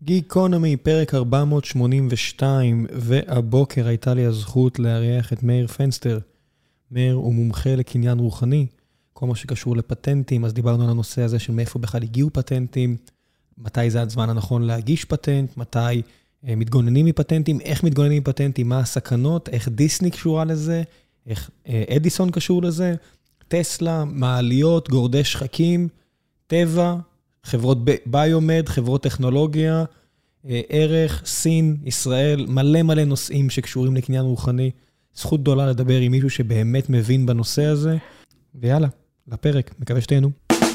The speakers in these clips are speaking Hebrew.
גיקונומי, פרק 482, והבוקר הייתה לי הזכות להריח את מאיר פנסטר. מאיר הוא מומחה לקניין רוחני, כל מה שקשור לפטנטים, אז דיברנו על הנושא הזה של מאיפה בכלל הגיעו פטנטים, מתי זה הזמן הנכון להגיש פטנט, מתי מתגוננים מפטנטים, איך מתגוננים מפטנטים, מה הסכנות, איך דיסני קשורה לזה, איך אדיסון קשור לזה, טסלה, מעליות, גורדי שחקים, טבע, חברות ביומד, חברות טכנולוגיה, ערך, סין, ישראל, מלא נושאים שקשורים לקניין רוחני. זכות גדולה לדבר עם מישהו שבאמת מבין בנושא הזה. ויאללה, לפרק, מקווה שתהנו.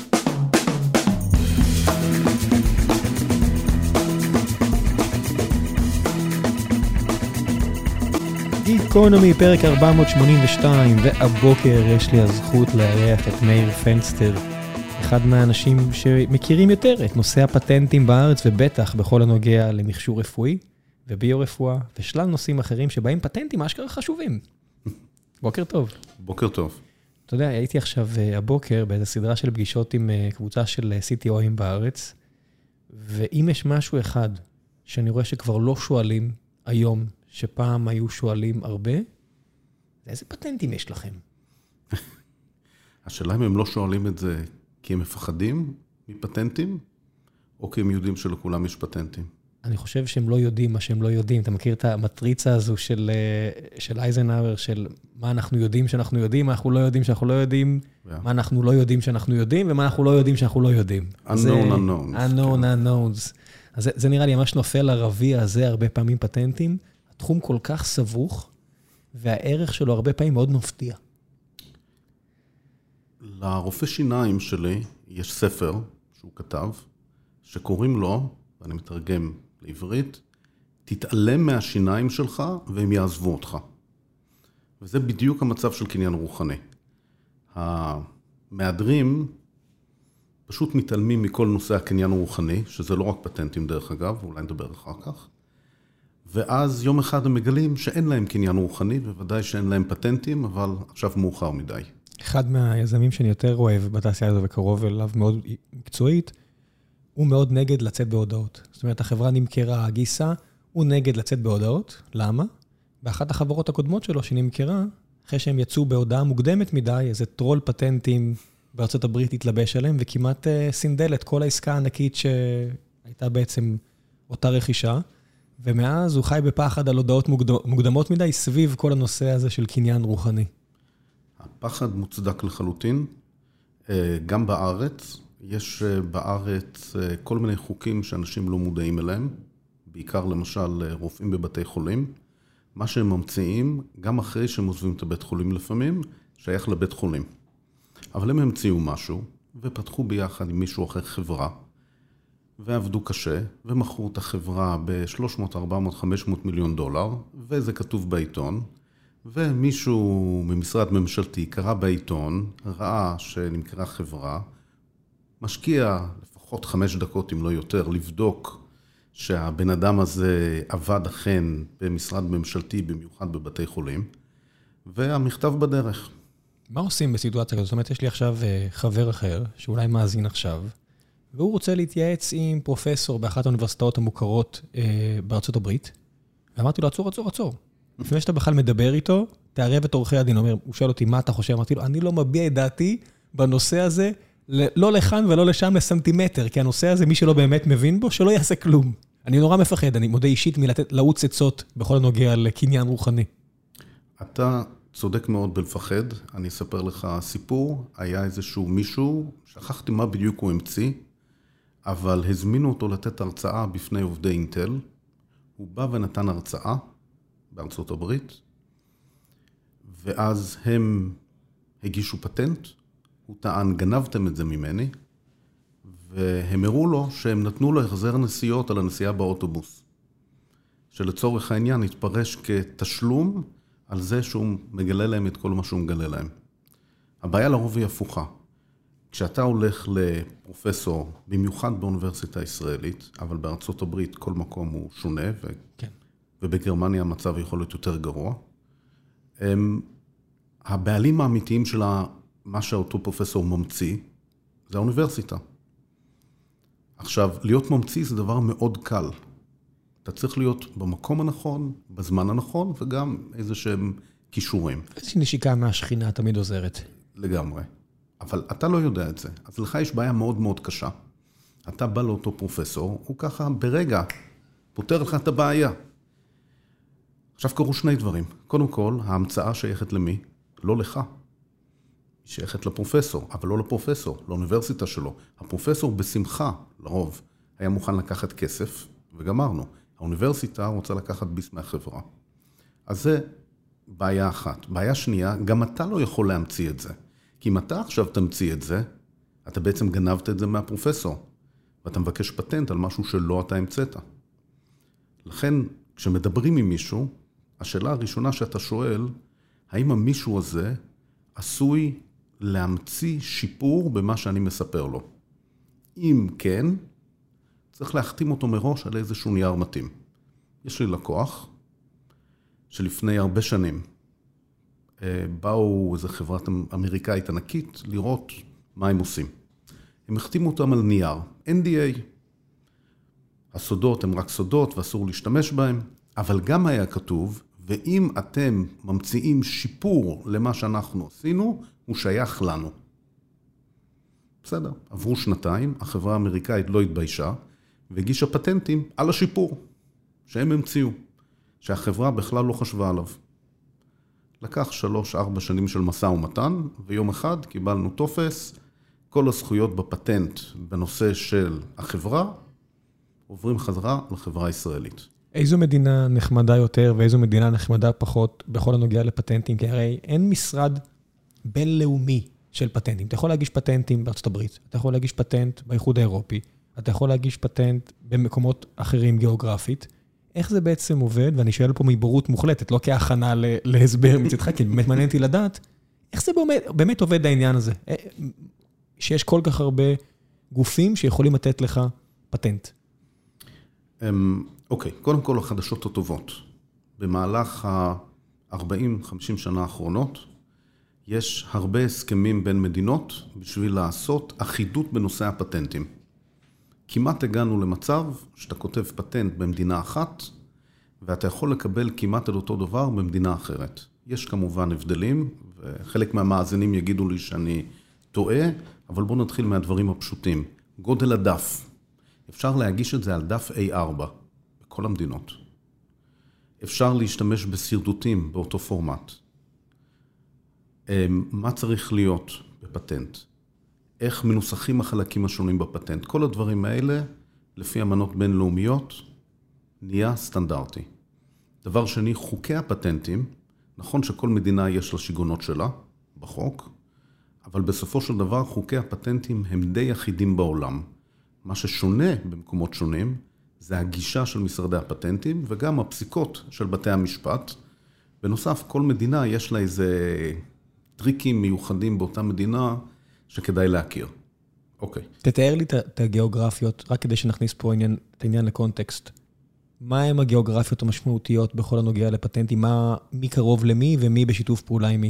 גיקונומי, פרק 482, והבוקר יש לי הזכות לארח את מאיר פנסטר. אחד מהאנשים שמכירים יותר את נושא הפטנטים בארץ, ובטח בכל הנוגע למכשור רפואי וביו-רפואה, ושלל נושאים אחרים שבהם פטנטים אשכרה חשובים. בוקר טוב. בוקר טוב. אתה יודע, הייתי עכשיו הבוקר באיזו סדרה של פגישות עם קבוצה של CTO'ים בארץ, ואם יש משהו אחד שאני רואה שכבר לא שואלים היום, שפעם היו שואלים הרבה, איזה פטנטים יש לכם? השאלה אם הם לא שואלים את זה כי הם מפחדים מפטנטים, או כי הם יודעים שלכולם יש פטנטים? אני חושב שהם לא יודעים מה שהם לא יודעים. אתה מכיר את המטריצה הזו של אייזנהאואר, של מה אנחנו יודעים שאנחנו יודעים, מה אנחנו לא יודעים שאנחנו לא יודעים, מה אנחנו לא יודעים שאנחנו יודעים, ומה אנחנו לא יודעים שאנחנו לא יודעים. unknown unknowns. unknown unknowns. אז זה נראה לי ממש נופל לרביע הזה, הרבה פעמים פטנטים. התחום כל כך סבוך, והערך שלו הרבה פעמים מאוד מפתיע. לרופא שיניים שלי יש ספר שהוא כתב, שקוראים לו, ואני מתרגם לעברית, תתעלם מהשיניים שלך והם יעזבו אותך. וזה בדיוק המצב של קניין רוחני. המהדרים פשוט מתעלמים מכל נושא הקניין הרוחני, שזה לא רק פטנטים דרך אגב, אולי נדבר אחר כך. ואז יום אחד הם מגלים שאין להם קניין רוחני, בוודאי שאין להם פטנטים, אבל עכשיו מאוחר מדי. אחד מהיזמים שאני יותר אוהב בתעשייה הזו וקרוב אליו מאוד מקצועית, הוא מאוד נגד לצאת בהודעות. זאת אומרת, החברה נמכרה, גיסה, הוא נגד לצאת בהודעות. למה? באחת החברות הקודמות שלו שנמכרה, אחרי שהם יצאו בהודעה מוקדמת מדי, איזה טרול פטנטים בארצות הברית התלבש עליהם, וכמעט סינדל את כל העסקה הענקית שהייתה בעצם אותה רכישה, ומאז הוא חי בפחד על הודעות מוקדמות מדי, סביב כל הנושא הזה של קניין רוחני. הפחד מוצדק לחלוטין. גם בארץ, יש בארץ כל מיני חוקים שאנשים לא מודעים אליהם, בעיקר למשל רופאים בבתי חולים. מה שהם ממציאים, גם אחרי שהם עוזבים את הבית חולים לפעמים, שייך לבית חולים. אבל הם המציאו משהו, ופתחו ביחד עם מישהו אחר חברה, ועבדו קשה, ומכרו את החברה ב-300, 400, 500 מיליון דולר, וזה כתוב בעיתון, ומישהו ממשרד ממשלתי קרא בעיתון, ראה שנמכרה חברה, משקיע לפחות 5 דקות אם לא יותר, לבדוק שהבן אדם הזה עבד אכן במשרד ממשלתי, במיוחד בבתי חולים, והמכתב בדרך. מה עושים בסיטואציה כזאת? זאת אומרת, יש לי עכשיו חבר אחר, שאולי מאזין עכשיו, והוא רוצה להתייעץ עם פרופסור באחת האוניברסיטאות המוכרות בארצות הברית, ואמרתי לו, עצור. לפני שאתה בכלל מדבר איתו, תערב את עורכי הדין. הוא שואל אותי, מה אתה חושב? אמרתי לו, אני לא מביע את דעתי בנושא הזה, לא לכאן ולא לשם לסנטימטר, כי הנושא הזה, מי שלא באמת מבין בו, שלא יעשה כלום. אני נורא מפחד, אני מודה אישית לעוץ עצות בכל הנוגע לקניין רוחני. אתה צודק מאוד בלפחד, אני אספר לך סיפור, היה איזשהו מישהו, שכחתי מה בדיוק הוא המציא, אבל הזמינו אותו לתת הרצאה בפני עובדי אינטל, הוא בא ונתן הרצאה בארצות הברית, ואז הם הגישו פטנט, הוא טען, גנבתם את זה ממני, והם הראו לו שהם נתנו לו החזר נסיעות על הנסיעה באוטובוס, שלצורך העניין התפרש כתשלום על זה שהוא מגלה להם את כל מה שהוא מגלה להם. הבעיה לרוב היא הפוכה. כשאתה הולך לפרופסור, במיוחד באוניברסיטה הישראלית, אבל בארצות הברית כל מקום הוא שונה, כן. ובגרמניה המצב יכול להיות יותר גרוע, הבעלים האמיתיים של מה שאותו פרופסור ממציא, זה האוניברסיטה. עכשיו, להיות ממציא זה דבר מאוד קל. אתה צריך להיות במקום הנכון, בזמן הנכון, וגם איזה שהם כישורים. איזושהי נשיקה מהשכינה תמיד עוזרת. לגמרי. אבל אתה לא יודע את זה. אז לך יש בעיה מאוד מאוד קשה. אתה בא לאותו פרופסור, הוא ככה ברגע פותר לך את הבעיה. עכשיו קרו שני דברים. קודם כל, ההמצאה שייכת למי? לא לך. היא שייכת לפרופסור, אבל לא לפרופסור, לאוניברסיטה שלו. הפרופסור בשמחה, לרוב, היה מוכן לקחת כסף, וגמרנו. האוניברסיטה רוצה לקחת ביס מהחברה. אז זה בעיה אחת. בעיה שנייה, גם אתה לא יכול להמציא את זה. כי אם אתה עכשיו תמציא את זה, אתה בעצם גנבת את זה מהפרופסור, ואתה מבקש פטנט על משהו שלא אתה המצאת. לכן, כשמדברים עם מישהו, השאלה הראשונה שאתה שואל, האם המישהו הזה עשוי להמציא שיפור במה שאני מספר לו? אם כן, צריך להחתים אותו מראש על איזשהו נייר מתאים. יש לי לקוח שלפני הרבה שנים באו איזו חברת אמריקאית ענקית לראות מה הם עושים. הם החתימו אותם על נייר, NDA. הסודות הם רק סודות ואסור להשתמש בהם, אבל גם היה כתוב, ואם אתם ממציאים שיפור למה שאנחנו עשינו, הוא שייך לנו. בסדר, עברו שנתיים, החברה האמריקאית לא התביישה, והגישה פטנטים על השיפור שהם המציאו, שהחברה בכלל לא חשבה עליו. לקח 3-4 שנים של מסע ומתן, ויום אחד קיבלנו טופס, כל הזכויות בפטנט בנושא של החברה, עוברים חזרה לחברה הישראלית. איזו מדינה נחמדה יותר ואיזו מדינה נחמדה פחות בכל הנוגע לפטנטים? כי הרי אין משרד בינלאומי של פטנטים. אתה יכול להגיש פטנטים בארצות הברית, אתה יכול להגיש פטנט באיחוד האירופי, אתה יכול להגיש פטנט במקומות אחרים גיאוגרפית. איך זה בעצם עובד? ואני שואל פה מבורות מוחלטת, לא כהכנה להסבר מצדך, כי באמת מעניין אותי לדעת, איך זה באמת עובד העניין הזה? שיש כל כך הרבה גופים שיכולים לתת לך פטנט. אוקיי, קודם כל החדשות הטובות. במהלך ה-40-50 שנה האחרונות, יש הרבה הסכמים בין מדינות בשביל לעשות אחידות בנושא הפטנטים. כמעט הגענו למצב שאתה כותב פטנט במדינה אחת, ואתה יכול לקבל כמעט את אותו דבר במדינה אחרת. יש כמובן הבדלים, וחלק מהמאזינים יגידו לי שאני טועה, אבל בואו נתחיל מהדברים הפשוטים. גודל הדף. אפשר להגיש את זה על דף A4 בכל המדינות. אפשר להשתמש בסרטוטים באותו פורמט. מה צריך להיות בפטנט? איך מנוסחים החלקים השונים בפטנט? כל הדברים האלה, לפי אמנות בינלאומיות, נהיה סטנדרטי. דבר שני, חוקי הפטנטים, נכון שכל מדינה יש לה שיגונות שלה בחוק, אבל בסופו של דבר חוקי הפטנטים הם די אחידים בעולם. מה ששונה במקומות שונים, זה הגישה של משרדי הפטנטים וגם הפסיקות של בתי המשפט. בנוסף, כל מדינה יש לה איזה טריקים מיוחדים באותה מדינה שכדאי להכיר. אוקיי. תתאר לי את הגיאוגרפיות, רק כדי שנכניס פה את העניין לקונטקסט. מה הם הגיאוגרפיות המשמעותיות בכל הנוגע לפטנטים? מי קרוב למי ומי בשיתוף פעולה עם מי?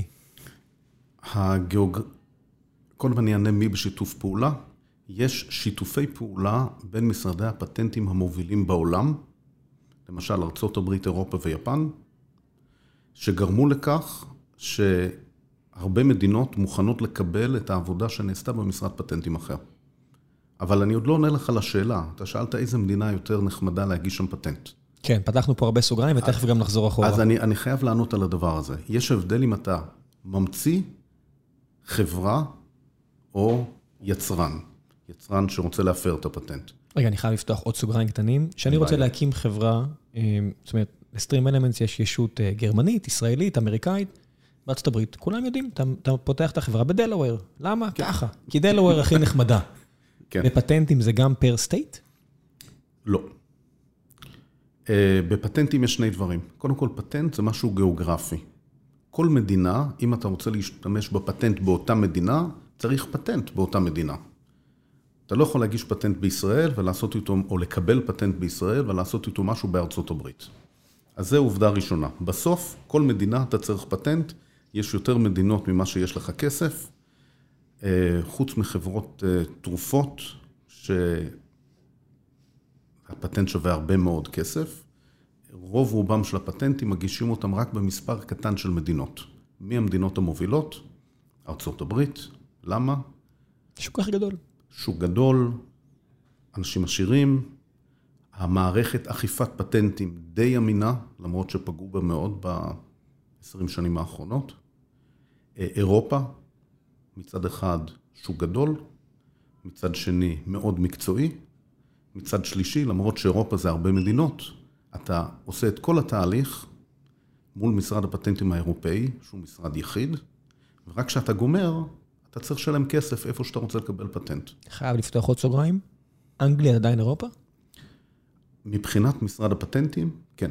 קודם אני אענה מי בשיתוף פעולה. יש שיתופי פעולה בין משרדי הפטנטים המובילים בעולם, למשל ארצות הברית, אירופה ויפן, שגרמו לכך שהרבה מדינות מוכנות לקבל את העבודה שנעשתה במשרד פטנטים אחר. אבל אני עוד לא עונה לך לשאלה. אתה שאלת איזה מדינה יותר נחמדה להגיש שם פטנט. כן, פתחנו פה הרבה סוגריים ותכף גם נחזור אחורה. אז אני חייב לענות על הדבר הזה. יש הבדל אם אתה ממציא חברה או יצרן. יצרן שרוצה להפר את הפטנט. רגע, אני חייב לפתוח עוד סוגריים קטנים. שאני רוצה להקים חברה, זאת אומרת, לסטרים אלמנטס יש ישות גרמנית, ישראלית, אמריקאית, בארצות הברית. כולם יודעים, אתה פותח את החברה בדלוור. למה? ככה. כי דלוור הכי נחמדה. בפטנטים זה גם פר סטייט? לא. בפטנטים יש שני דברים. קודם כל, פטנט זה משהו גיאוגרפי. כל מדינה, אם אתה רוצה להשתמש בפטנט באותה מדינה, צריך פטנט באותה מדינה. אתה לא יכול להגיש פטנט בישראל ולעשות איתו, או לקבל פטנט בישראל ולעשות איתו משהו בארצות הברית. אז זו עובדה ראשונה. בסוף, כל מדינה אתה צריך פטנט, יש יותר מדינות ממה שיש לך כסף, חוץ מחברות תרופות הפטנט שווה הרבה מאוד כסף. רוב רובם של הפטנטים מגישים אותם רק במספר קטן של מדינות. מי המדינות המובילות? ארצות הברית. למה? שוק הכי גדול. שוק גדול, אנשים עשירים, המערכת אכיפת פטנטים די אמינה, למרות שפגעו בה מאוד ב-20 שנים האחרונות. אירופה, מצד אחד שוק גדול, מצד שני מאוד מקצועי, מצד שלישי, למרות שאירופה זה הרבה מדינות, אתה עושה את כל התהליך מול משרד הפטנטים האירופאי, שהוא משרד יחיד, ורק כשאתה גומר, אתה צריך לשלם כסף איפה שאתה רוצה לקבל פטנט. חייב לפתוח עוד סוגריים? אנגליה עדיין אירופה? מבחינת משרד הפטנטים, כן.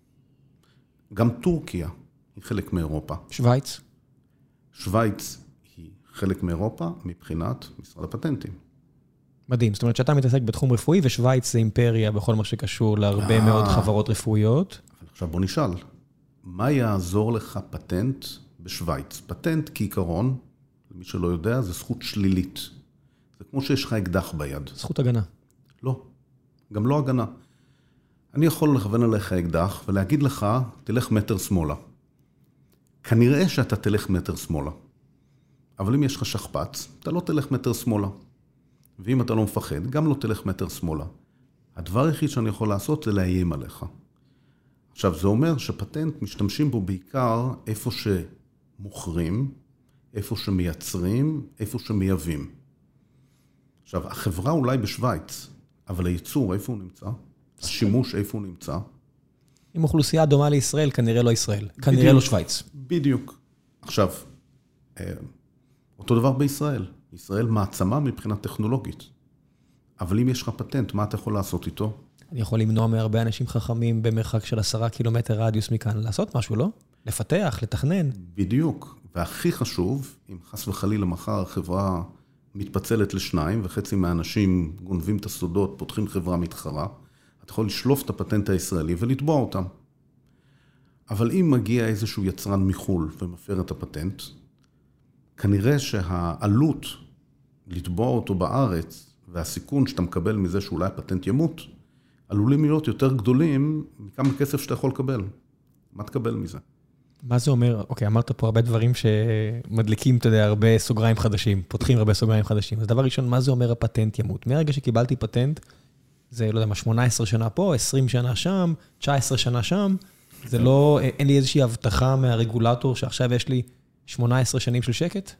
גם טורקיה היא חלק מאירופה. שוויץ? שוויץ היא חלק מאירופה מבחינת משרד הפטנטים. מדהים, זאת אומרת שאתה מתעסק בתחום רפואי, ושוויץ זה אימפריה בכל מה שקשור להרבה מאוד חברות רפואיות. אבל עכשיו בוא נשאל, מה יעזור לך פטנט בשוויץ? פטנט כעיקרון, למי שלא יודע, זה זכות שלילית. זה כמו שיש לך אקדח ביד. זכות הגנה. לא, גם לא הגנה. אני יכול לכוון עליך אקדח ולהגיד לך, תלך מטר שמאלה. כנראה שאתה תלך מטר שמאלה. אבל אם יש לך שכפ"ץ, אתה לא תלך מטר שמאלה. ואם אתה לא מפחד, גם לא תלך מטר שמאלה. הדבר היחיד שאני יכול לעשות זה לאיים עליך. עכשיו, זה אומר שפטנט משתמשים בו בעיקר איפה שמוכרים, איפה שמייצרים, איפה שמייבאים. עכשיו, החברה אולי בשוויץ, אבל הייצור, איפה הוא נמצא? השימוש, איפה הוא נמצא? עם אוכלוסייה דומה לישראל, כנראה לא ישראל. כנראה לא שוויץ. בדיוק. עכשיו, אותו דבר בישראל. ישראל מעצמה מבחינה טכנולוגית. אבל אם יש לך פטנט, מה אתה יכול לעשות איתו? אני יכול למנוע מהרבה אנשים חכמים במרחק של 10 קילומטר רדיוס מכאן, לעשות משהו, לא? לפתח, לתכנן. בדיוק. והכי חשוב, אם חס וחלילה מחר החברה מתפצלת לשניים, וחצי מהאנשים גונבים את הסודות, פותחים חברה מתחרה, אתה יכול לשלוף את הפטנט הישראלי ולתבוע אותם. אבל אם מגיע איזשהו יצרן מחול ומפר את הפטנט, כנראה שהעלות לתבוע אותו בארץ, והסיכון שאתה מקבל מזה שאולי הפטנט ימות, עלולים להיות יותר גדולים מכמה כסף שאתה יכול לקבל. מה תקבל מזה? מה זה אומר? אוקיי, אמרת פה הרבה דברים שמדליקים, אתה יודע, הרבה סוגריים חדשים, פותחים הרבה סוגריים חדשים. אז דבר ראשון, מה זה אומר הפטנט ימות? מהרגע שקיבלתי פטנט, זה, לא יודע מה, 18 שנה פה, 20 שנה שם, 19 שנה שם, זה לא, אין לי איזושהי הבטחה מהרגולטור שעכשיו יש לי 18 שנים של שקט?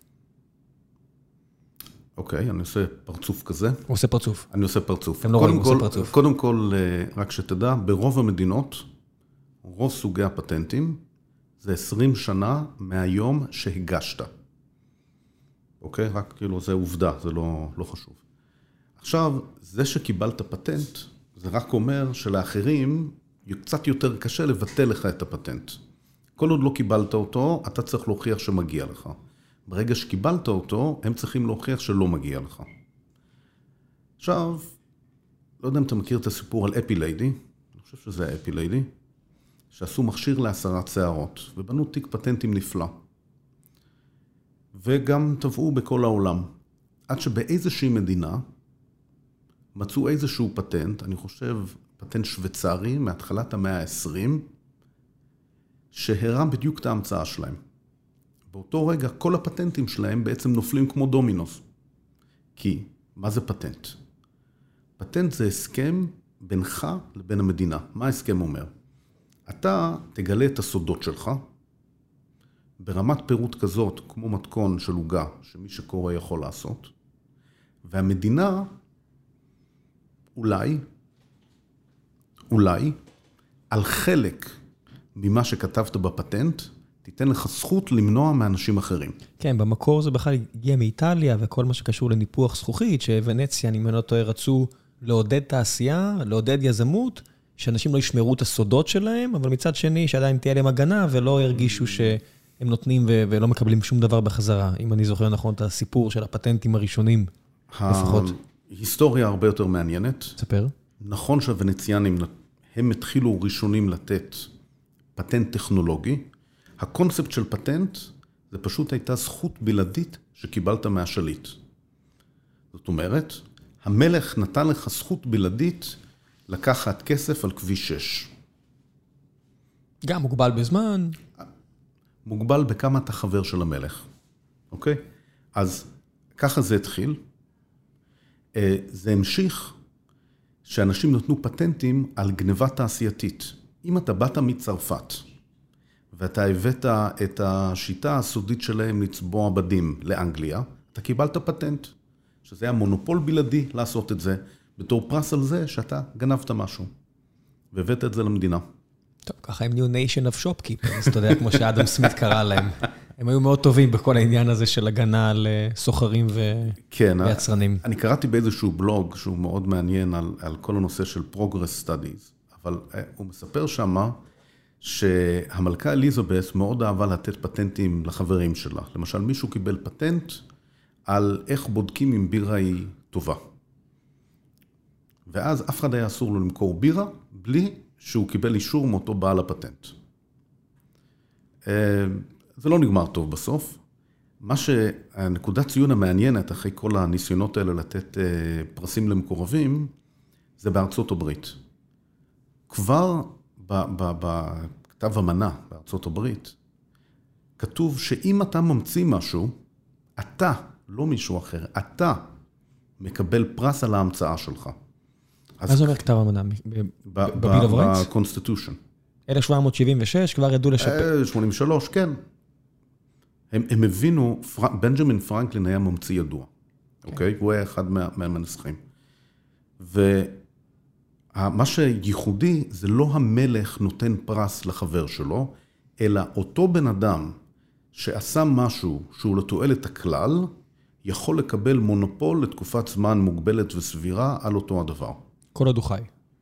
אוקיי, אני עושה פרצוף כזה. הוא עושה פרצוף. אני עושה פרצוף. אתם לא רואים, הוא עושה פרצוף. קודם כל, רק שתדע, ברוב המדינות, רוב סוגי הפטנטים, זה 20 שנה מהיום שהגשת. אוקיי? רק כאילו זה עובדה, זה לא חשוב. עכשיו, זה שקיבלת פטנט, זה רק אומר שלאחרים קצת יותר קשה לבטל לך את הפטנט. כל עוד לא קיבלת אותו, אתה צריך להוכיח שמגיע לך. ברגע שקיבלת אותו, הם צריכים להוכיח שלא מגיע לך. עכשיו, לא יודע אם אתה מכיר את הסיפור על אפי ליידי, אני חושב שזה היה אפי ליידי, שעשו מכשיר להסרת שערות, ובנו תיק פטנטים נפלא. וגם טבעו בכל העולם. עד שבאיזושהי מדינה מצאו איזשהו פטנט, אני חושב פטנט שוויצרי, מהתחלת המאה ה-20, שהרם בדיוק את ההמצאה שלהם. באותו רגע כל הפטנטים שלהם בעצם נופלים כמו דומינוס. כי, מה זה פטנט? פטנט זה הסכם בינך לבין המדינה. מה ההסכם אומר? אתה תגלה את הסודות שלך, ברמת פירוט כזאת, כמו מתכון של עוגה, שמי שקורא יכול לעשות, והמדינה, אולי, על חלק ממה שכתבת בפטנט, תיתן לך זכות למנוע מאנשים אחרים. כן, במקור זה בכלל הגיע מאיטליה, וכל מה שקשור לניפוח זכוכית, שוונציה, אני מנו טועה, רצו לעודד תעשייה, לעודד יזמות, שאנשים לא ישמרו את הסודות שלהם, אבל מצד שני, שעדיין תהיה להם הגנה, ולא ירגישו שהם נותנים ולא מקבלים שום דבר בחזרה. אם אני זוכר נכון את הסיפור של הפטנטים הראשונים, לפחות. היסטוריה הרבה יותר מעניינת. תספר. נכון שהוונציאנים, הם התחילו ראשונים לתת פטנט טכנולוגי. הקונספט של פטנט, זה פשוט הייתה זכות בלעדית שקיבלת מהשליט. זאת אומרת, המלך נתן לך זכות בלעדית לקחת כסף על כביש 6. גם מוגבל בזמן. מוגבל בכמה אתה חבר של המלך. אוקיי? אז ככה זה התחיל. זה המשיך שאנשים נתנו פטנטים על גניבה תעשייתית. אם אתה באת מצרפת, ואתה הבאת את השיטה הסודית שלהם לצבוע בדים לאנגליה, אתה קיבלת פטנט, שזה היה מונופול בלעדי לעשות את זה, בתור פרס על זה שאתה גנבת משהו, והבאת את זה למדינה. טוב, ככה הם New Nation of Shopkeepers, אתה יודע, כמו שאדם סמית קרא להם. הם היו מאוד טובים בכל העניין הזה של הגנה על סוחרים ויצרנים. אני קראתי באיזשהו בלוג שהוא מאוד מעניין על כל הנושא של Progress Studies, אבל הוא מספר שמה שהמלכה אליזבת מאוד אהבה לתת פטנטים לחברים שלה. למשל, מישהו קיבל פטנט על איך בודקים אם בירה היא טובה. ואז אף אחד היה אסור לו למכור בירה בלי שהוא קיבל אישור מאותו בעל הפטנט. זה לא נגמר טוב בסוף. מה שהנקודת ציון המעניינת אחרי כל הניסיונות האלה לתת פרסים למקורבים, זה בארצות הברית. כבר בכתב המנה בארצות הברית, כתוב שאם אתה ממציא משהו, אתה, לא מישהו אחר, אתה מקבל פרס על ההמצאה שלך. מה זה אומר כתב המנה? בביל אוף רייטס? בקונסטיטושן. 1776 כבר ידעו לשפר. 83, כן. הם הבינו, בנג'מין פרנקלין היה ממציא ידוע. אוקיי? הוא היה אחד מהמנסחים. ומה שייחודי זה לא המלך נותן פרס לחבר שלו, אלא אותו בן אדם שעשה משהו שהוא לתועלת הכלל, יכול לקבל מונופול לתקופת זמן מוגבלת וסבירה על אותו הדבר. כל עוד הוא חי.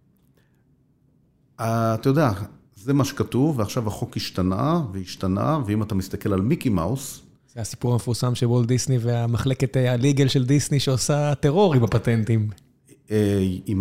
אתה יודע, זה מה שכתוב, ועכשיו החוק השתנה, ואם אתה מסתכל על מיקי מאוס... זה הסיפור המפורסם של וולט דיסני והמחלקת הליגל של דיסני שעושה טרור עם הפטנטים. עם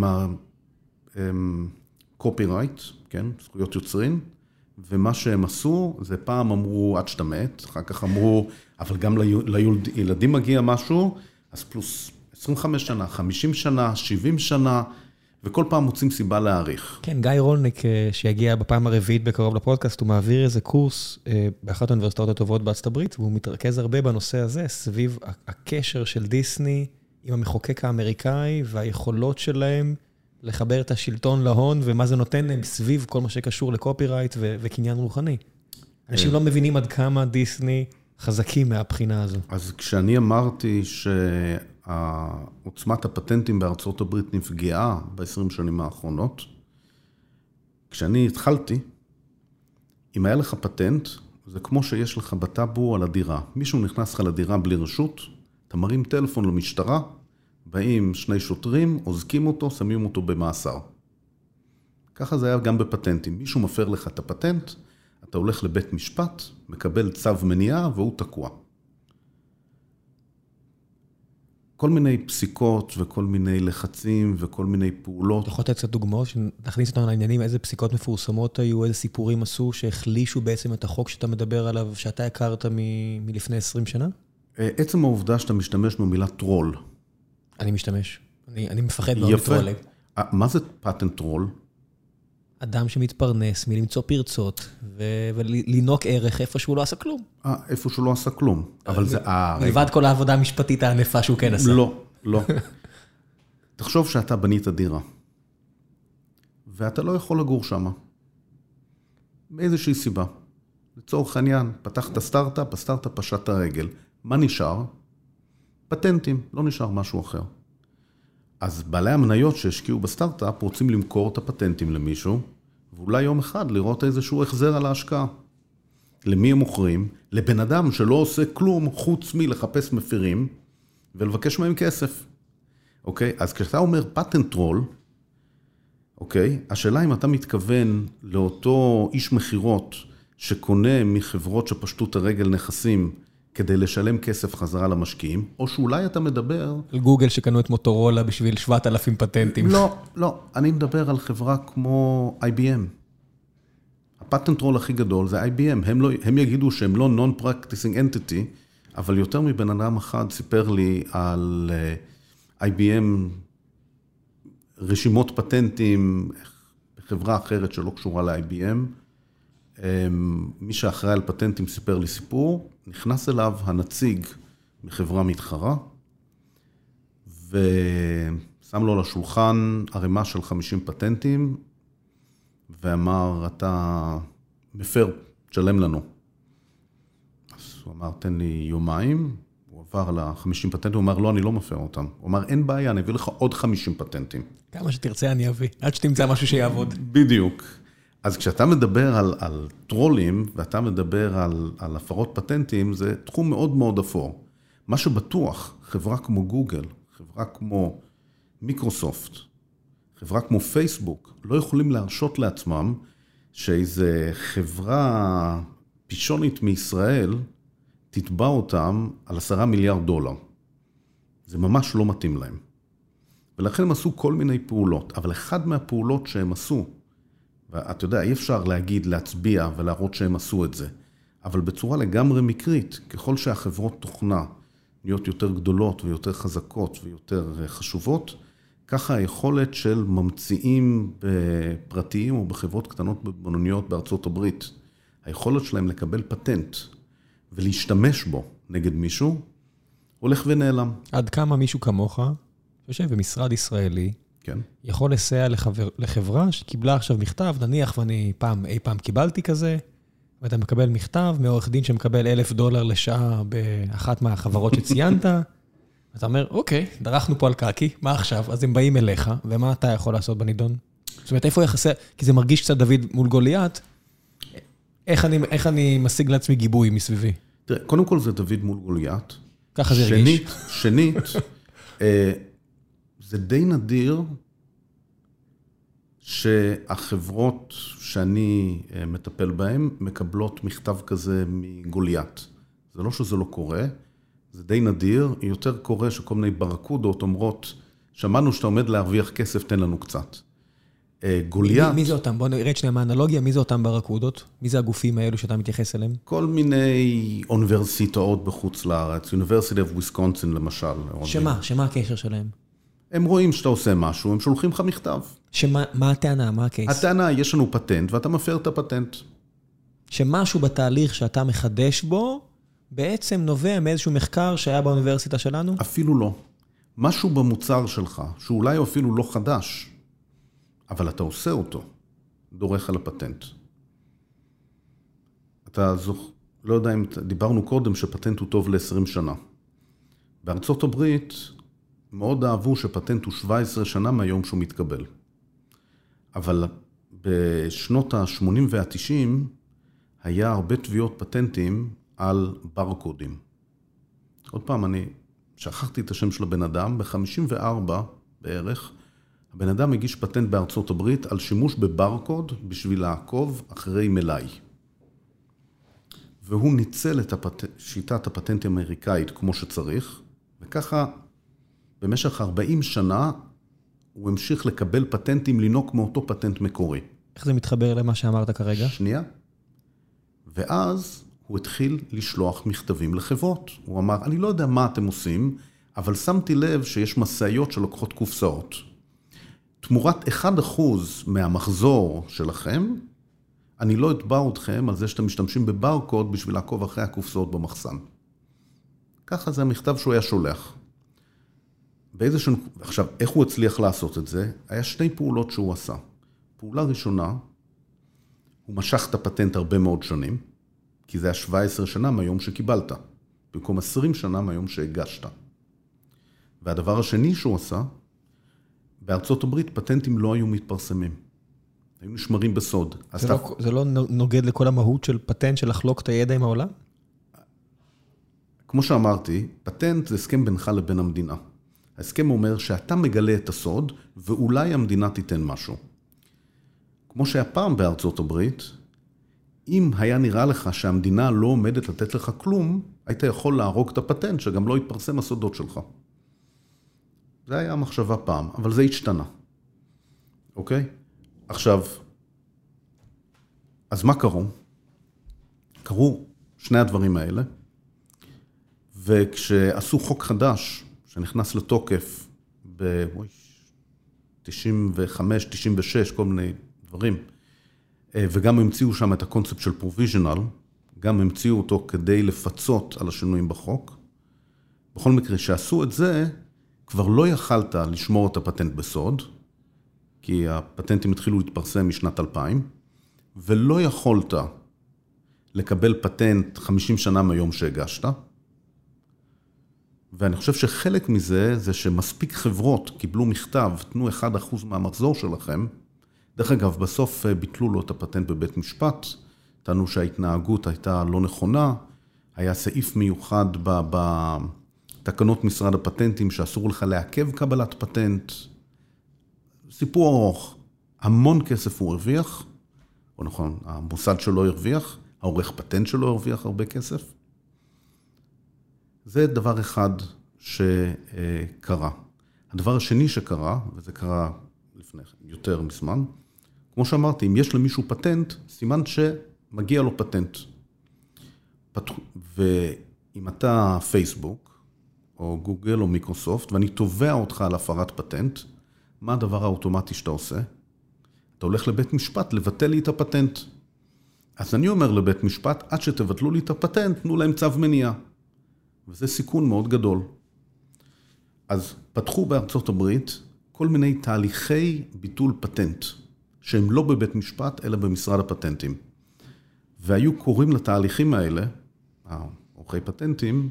הקופירייט, כן, זכויות יוצרים, ומה שהם עשו, זה פעם אמרו עד שאתה מת, אחר כך אמרו, אבל גם לילדים מגיע משהו, אז פלוס 25 שנה, 50 שנה, 70 שנה, וכל פעם מוצאים סיבה להאריך. כן, גיא רולניק, שיגיע בפעם הרביעית בקרוב לפודקאסט, הוא מעביר איזה קורס באחת האוניברסיטאות הטובות בארצות הברית, והוא מתרכז הרבה בנושא הזה, סביב הקשר של דיסני עם המחוקק האמריקאי, והיכולות שלהם לחבר את השלטון להון, ומה זה נותן להם סביב כל מה שקשור לקופירייט וקניין רוחני. אנשים לא מבינים עד כמה דיסני חזקים מהבחינה הזו. אז כשאני אמרתי עוצמת הפטנטים בארצות הברית נפגעה ב-20 שנים האחרונות. כשאני התחלתי, אם היה לך פטנט, זה כמו שיש לך בטאבו על הדירה. מישהו נכנס לך לדירה בלי רשות, אתה מרים טלפון למשטרה, באים 2 שוטרים, עוזקים אותו, שמים אותו במאסר. ככה זה היה גם בפטנטים. מישהו מפר לך את הפטנט, אתה הולך לבית משפט, מקבל צו מניעה והוא תקוע. כל מיני פסיקות וכל מיני לחצים וכל מיני פעולות. אתה יכול לתת קצת דוגמאות, שנכניס אותנו לעניינים, איזה פסיקות מפורסמות היו, איזה סיפורים עשו, שהחלישו בעצם את החוק שאתה מדבר עליו, שאתה הכרת מלפני 20 שנה? עצם העובדה שאתה משתמש במילה טרול. אני משתמש. אני מפחד מאוד מטרול. מה זה פטנט טרול? אדם שמתפרנס מלמצוא פרצות, ולנוק ערך איפה שהוא לא עשה כלום. איפה שהוא לא עשה כלום. אבל זה... מלבד כל העבודה המשפטית הענפה שהוא כן עשה. לא. תחשוב שאתה בנית דירה, ואתה לא יכול לגור שם. מאיזושהי סיבה. לצורך העניין, פתחת סטארט-אפ, הסטארט-אפ פשט את הרגל. מה נשאר? פטנטים, לא נשאר משהו אחר. אז בעלי המניות שהשקיעו בסטארט-אפ רוצים למכור את הפטנטים למישהו, ואולי יום אחד לראות איזשהו החזר על ההשקעה. למי הם מוכרים? לבן אדם שלא עושה כלום חוץ מלחפש מפירים ולבקש מהם כסף. אוקיי? אז כשאתה אומר פטנט טרול, אוקיי? השאלה אם אתה מתכוון לאותו איש מחירות שקונה מחברות שפשטו את הרגל נכסים כדי לשלם כסף חזרה למשקיעים, או שאולי אתה מדבר... על גוגל שקנו את מוטורולה בשביל 7,000 פטנטים. לא. אני מדבר על חברה כמו IBM. הפטנט טרול הכי גדול זה IBM. הם יגידו שהם לא non-practicing entity, אבל יותר מבן אדם אחד סיפר לי על IBM רשימות פטנטים בחברה אחרת שלא קשורה ל-IBM. מי שאחראי על פטנטים סיפר לי סיפור, נכנס אליו הנציג מחברה מתחרה, ושם לו לשולחן ערימה של 50 פטנטים, ואמר, אתה מפר, תשלם לנו. אז הוא אמר, תן לי יומיים, הוא עבר ל-50 פטנטים, הוא אמר, לא, אני לא מפר אותם. הוא אמר, אין בעיה, אני אביא לך עוד 50 פטנטים. כמה שתרצה אני אביא, עד שתמצא משהו שיעבוד. בדיוק. אז כשאתה מדבר על טרולים, ואתה מדבר על הפרות פטנטים, זה תחום מאוד מאוד אפור. מה שבטוח, חברה כמו גוגל, חברה כמו מיקרוסופט, חברה כמו פייסבוק, לא יכולים להרשות לעצמם שאיזו חברה פישונית מישראל תתבע אותם על $10 מיליארד. זה ממש לא מתאים להם. ולכן הם עשו כל מיני פעולות, אבל אחד מהפעולות שהם עשו, ואתה יודע, אי אפשר להגיד, להצביע ולהראות שהם עשו את זה, אבל בצורה לגמרי מקרית, ככל שהחברות תוכנה להיות יותר גדולות ויותר חזקות ויותר חשובות, ככה היכולת של ממציאים בפרטיים או בחברות קטנות ובינוניות בארצות הברית, היכולת שלהם לקבל פטנט ולהשתמש בו נגד מישהו, הולך ונעלם. עד כמה מישהו כמוך, יושב במשרד ישראלי, כן. יכול לסייע לחברה שקיבלה עכשיו מכתב, נניח ואני אי פעם קיבלתי כזה, ואתה מקבל מכתב מעורך דין שמקבל $1,000 לשעה באחת מהחברות שציינת, ואתה אומר, אוקיי, דרכנו פה על קקי, מה עכשיו? אז הם באים אליך, ומה אתה יכול לעשות בנידון? זאת אומרת, איפה יחסי, כי זה מרגיש קצת דוד מול גוליית, איך אני משיג לעצמי גיבוי מסביבי? תראה, קודם כל זה דוד מול גוליית. ככה זה הרגיש. שנית, זה די נדיר שהחברות שאני מטפל בהן מקבלות מכתב כזה מגוליית. זה לא שזה לא קורה, זה די נדיר, יותר קורה שכל מיני ברקודות אומרות, שמענו שאתה עומד להרוויח כסף, תן לנו קצת. גוליית... מי זה אותם? בוא נראה את שנייה מהאנלוגיה, מי זה אותם ברקודות? מי זה הגופים האלו שאתה מתייחס אליהם? כל מיני אוניברסיטאות בחוץ לארץ, University of Wisconsin למשל. שמה הקשר שלהם? הם רואים שאתה עושה משהו, הם שולחים לך מכתב. מה הטענה? מה הקייס? הטענה, יש לנו פטנט, ואתה מפר את הפטנט. שמשהו בתהליך שאתה מחדש בו, בעצם נובע מאיזשהו מחקר שהיה באוניברסיטה שלנו? אפילו לא. משהו במוצר שלך, שאולי אפילו לא חדש, אבל אתה עושה אותו, דורך על הפטנט. אתה לא יודע אם דיברנו קודם שפטנט הוא טוב ל-20 שנה. בארצות הברית מאוד אהבו שפטנט הוא 17 שנה מהיום שהוא מתקבל. אבל בשנות ה-80 וה-90 היה הרבה תביעות פטנטים על ברקודים. עוד פעם, אני שכחתי את השם של הבן אדם, ב-54 בערך, הבן אדם הגיש פטנט בארצות הברית על שימוש בברקוד בשביל לעקוב אחרי מלאי. והוא ניצל את שיטת הפטנט האמריקאית כמו שצריך, וככה במשך 40 שנה הוא המשיך לקבל פטנטים לנהוג כמו אותו פטנט מקורי. איך זה מתחבר למה שאמרת כרגע? שנייה. ואז הוא התחיל לשלוח מכתבים לחברות. הוא אמר, אני לא יודע מה אתם עושים, אבל שמתי לב שיש מסעיות שלוקחות קופסאות. תמורת 1% מהמחזור שלכם, אני לא אתבע אתכם על זה שאתם משתמשים בברקוד בשביל לעקוב אחרי הקופסאות במחסן. ככה זה המכתב שהוא היה שולח. עכשיו, איך הוא הצליח לעשות את זה? היה שני פעולות שהוא עשה. פעולה ראשונה, הוא משך את הפטנט הרבה מאוד שנים, כי זה היה 17 שנה מהיום שקיבלת, במקום 20 שנה מהיום שהגשת. והדבר השני שהוא עשה, בארצות הברית פטנטים לא היו מתפרסמים. היו נשמרים בסוד. זה לא נוגד לכל המהות של פטנט של לחלוק את הידע עם העולם? כמו שאמרתי, פטנט זה הסכם בינך לבין המדינה. ההסכם אומר שאתה מגלה את הסוד, ואולי המדינה תיתן משהו. כמו שהיה פעם בארצות הברית, אם היה נראה לך שהמדינה לא עומדת לתת לך כלום, היית יכול להרוג את הפטנט, שגם לא יתפרסם הסודות שלך. זה היה המחשבה פעם, אבל זה השתנה. אוקיי? עכשיו, אז מה קרו? קרו שני הדברים האלה, וכשעשו חוק חדש, שנכנס לתוקף 95, 96, כל מיני דברים. וגם המציאו שם את הקונספט של פרוביז'נל, גם המציאו אותו כדי לפצות על השינויים בחוק. בכל מקרה, שעשו את זה, כבר לא יכלת לשמור את הפטנט בסוד, כי הפטנטים התחילו להתפרסם משנת 2000, ולא יכולת לקבל פטנט 50 שנה מהיום שהגשת. ואני חושב שחלק מזה, זה שמספיק חברות קיבלו מכתב, תנו 1% מהמחזור שלכם. דרך אגב, בסוף ביטלו לו את הפטנט בבית משפט, טענו שההתנהגות הייתה לא נכונה, היה סעיף מיוחד בתקנות משרד הפטנטים, שאסור לך לעכב קבלת פטנט. סיפור ארוך, המון כסף הוא הרוויח, או נכון, המוסד שלו הרוויח, העורך פטנט שלו הרוויח הרבה כסף. זה דבר אחד שקרה. הדבר השני שקרה, וזה קרה לפני יותר מזמן, כמו שאמרתי, אם יש למישהו פטנט, סימן שמגיע לו פטנט. ואם אתה פייסבוק, או גוגל או מיקרוסופט, ואני תובע אותך על הפרת פטנט, מה הדבר האוטומטי שאתה עושה? אתה הולך לבית משפט לבטל לי את הפטנט. אז אני אומר לבית משפט, עד שתבטלו לי את הפטנט, תנו להם צו מניעה. וזה סיכון מאוד גדול. אז פתחו בארצות הברית כל מיני תהליכי ביטול פטנט, שהם לא בבית משפט, אלא במשרד הפטנטים. והיו קוראים לתהליכים האלה, עורכי פטנטים,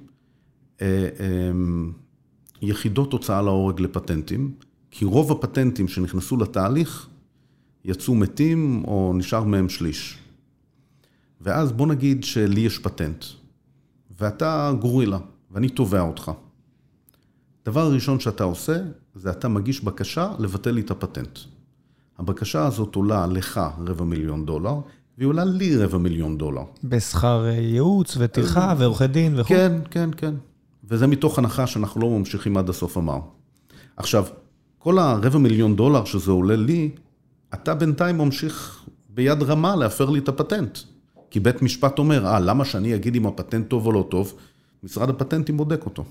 יחידות הוצאה להורג לפטנטים, כי רוב הפטנטים שנכנסו לתהליך, יצאו מתים או נשאר מהם שליש. ואז בוא נגיד שלי יש פטנט, ואתה גורילה, ואני תובע אותך. דבר הראשון שאתה עושה, זה אתה מגיש בקשה לבטל לי את הפטנט. הבקשה הזאת עולה לך $250,000, והיא עולה לי $250,000. בשכר ייעוץ וטרחה ועורכי דין וכו'. כן, כן, כן. וזה מתוך הנחה שאנחנו לא ממשיכים עד הסוף אמר. עכשיו, כל $250,000 שזה עולה לי, אתה בינתיים ממשיך ביד רמה להפר לי את הפטנט. כי בית משפט אומר, למה שאני אגיד אם הפטנט טוב או לא טוב? משרד הפטנטים בודק אותו.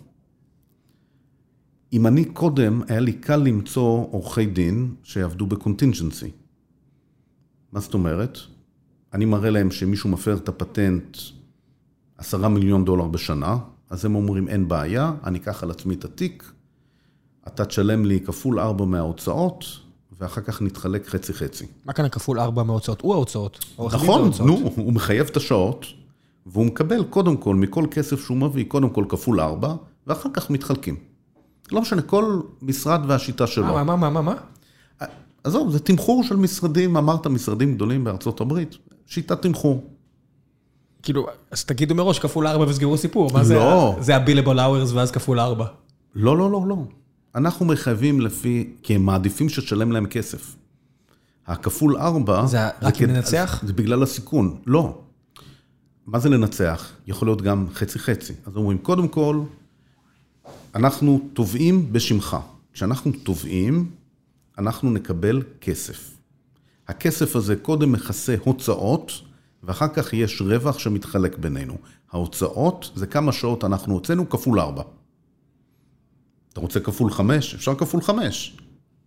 אם אני קודם, היה לי קל למצוא עורכי דין שיעבדו בקונטינג'נסי. מה זאת אומרת? אני מראה להם שמישהו מפר את הפטנט $10 מיליון בשנה, אז הם אומרים, אין בעיה, אני אקח על עצמי את התיק, אתה תשלם לי כפול 4 מההוצאות, ואחר כך נתחלק חצי-חצי. מה כאן הכפול 4 מההוצאות? הוא ההוצאות. נכון, הוא מחייב את השעות, והוא מקבל קודם כל, מכל כסף שהוא מביא, קודם כל כפול 4, ואחר כך מתחלקים. לא משנה, כל משרד והשיטה שלו. מה? עזוב, זה תמחור של משרדים, אמרת משרדים גדולים בארצות הברית, שיטת תמחור. כאילו, אז תגידו מראש כפול 4 וסגרו סיפור. מה זה? זה ה-billable hours ואז כפול 4. לא. אנחנו מחייבים לפי, כי הם מעדיפים שתשלם להם כסף. הכפול 4... זה רק אם לנצח? זה בגלל הסיכון. לא. מה זה לנצח? יכול להיות גם חצי-חצי. אז אומרים, קודם כל, אנחנו תובעים בשמך. כשאנחנו תובעים, אנחנו נקבל כסף. הכסף הזה קודם מכסה הוצאות, ואחר כך יש רווח שמתחלק בינינו. ההוצאות זה כמה שעות אנחנו הוצאנו כפול 4. אתה רוצה כפול 5? אפשר כפול 5.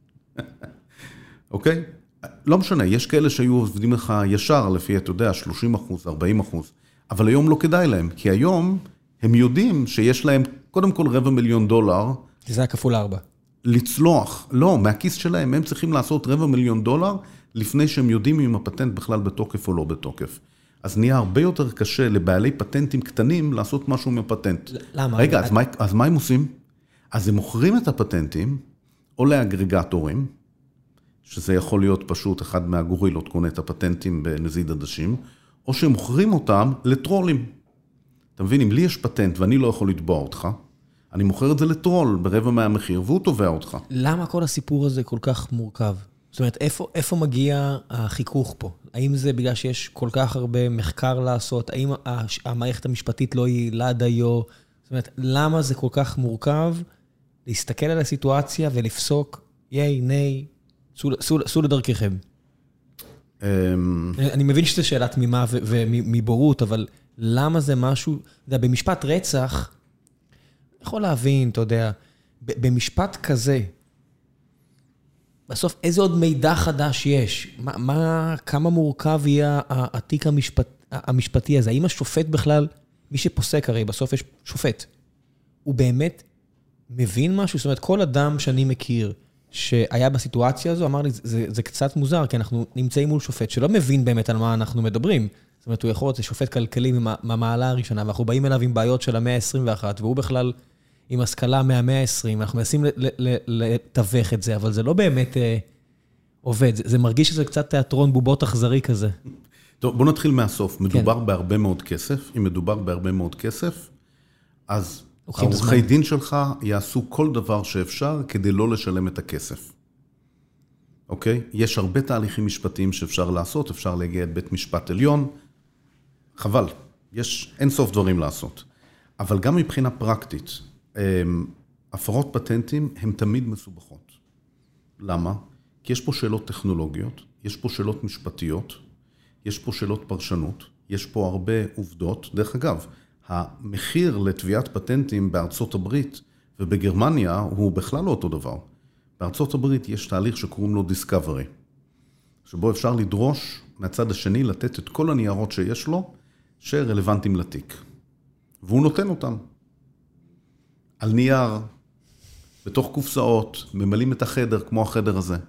אוקיי? לא משנה, יש כאלה שהיו עובדים לך ישר לפי, אתה יודע, 30%, 40%, אבל היום לא כדאי להם, כי היום הם יודעים שיש להם קודם כל $250,000. זה היה כפול 4. לצלוח, לא, מהכיס שלהם, הם צריכים לעשות $250,000 לפני שהם יודעים אם הפטנט בכלל בתוקף או לא בתוקף. אז נהיה הרבה יותר קשה לבעלי פטנטים קטנים לעשות משהו מהפטנט. למה? רגע, אז מה הם עושים? אז הם מוכרים את הפטנטים, או לאגרגטורים, שזה יכול להיות פשוט אחד מהגורילות קונה את הפטנטים בנזיד עדשים, או שהם מוכרים אותם לטרולים. אתה מבין, אם לי יש פטנט ואני לא יכול לתבוע אותך, אני מוכר את זה לטרול ברבע מהמחיר, והוא תובע אותך. למה כל הסיפור הזה כל כך מורכב? זאת אומרת, איפה מגיע החיכוך פה? האם זה בגלל שיש כל כך הרבה מחקר לעשות? האם המערכת המשפטית לא יעילה דיו? זאת אומרת, למה זה כל כך מורכב להסתכל על הסיטואציה ולפסוק, יי, ני, סעו לדרככם? אני מבין שזה שאלה תמימה ומבורות, אבל למה זה משהו, אתה יודע, במשפט רצח, יכול להבין, אתה יודע, במשפט כזה, בסוף איזה עוד מידע חדש יש? כמה מורכב יהיה התיק המשפטי הזה? האם השופט בכלל, מי שפוסק הרי, בסוף יש שופט, הוא באמת מבין משהו? זאת אומרת, כל אדם שאני מכיר שהיה בסיטואציה הזו, אמר לי, זה קצת מוזר, כי אנחנו נמצאים מול שופט שלא מבין באמת על מה אנחנו מדברים. זאת אומרת, הוא יכול להיות שופט כלכלי מהמעלה הראשונה, ואנחנו באים אליו עם בעיות של המאה ה-21, והוא בכלל עם השכלה מהמאה ה-20, אנחנו מנסים לתווך את זה, אבל זה לא באמת עובד. זה מרגיש שזה קצת תיאטרון בובות אכזרי כזה. טוב, בוא נתחיל מהסוף. מדובר בהרבה מאוד כסף. אם מדובר בהרבה מאוד כסף, אז העורכי דין שלך יעשו כל דבר שאפשר כדי לא לשלם את הכסף. אוקיי? יש הרבה תהליכים משפטיים שאפשר לעשות, אפשר להגיע את בית משפט עליון. חבל, יש אין סוף דברים לעשות. אבל גם מבחינה פרקטית, הפרות פטנטים הן תמיד מסובכות. למה? כי יש פה שאלות טכנולוגיות, יש פה שאלות משפטיות, יש פה שאלות פרשנות, יש פה הרבה עובדות. דרך אגב, המחיר לתביעת פטנטים בארצות הברית ובגרמניה הוא בכלל לא אותו דבר. בארצות הברית יש תהליך שקוראים לו Discovery, שבו אפשר לדרוש מהצד השני לתת את כל הניירות שיש לו, שרלוונטיים לתיק. והוא נותן אותם. על נייר, בתוך קופסאות, ממלאים את החדר כמו החדר הזה.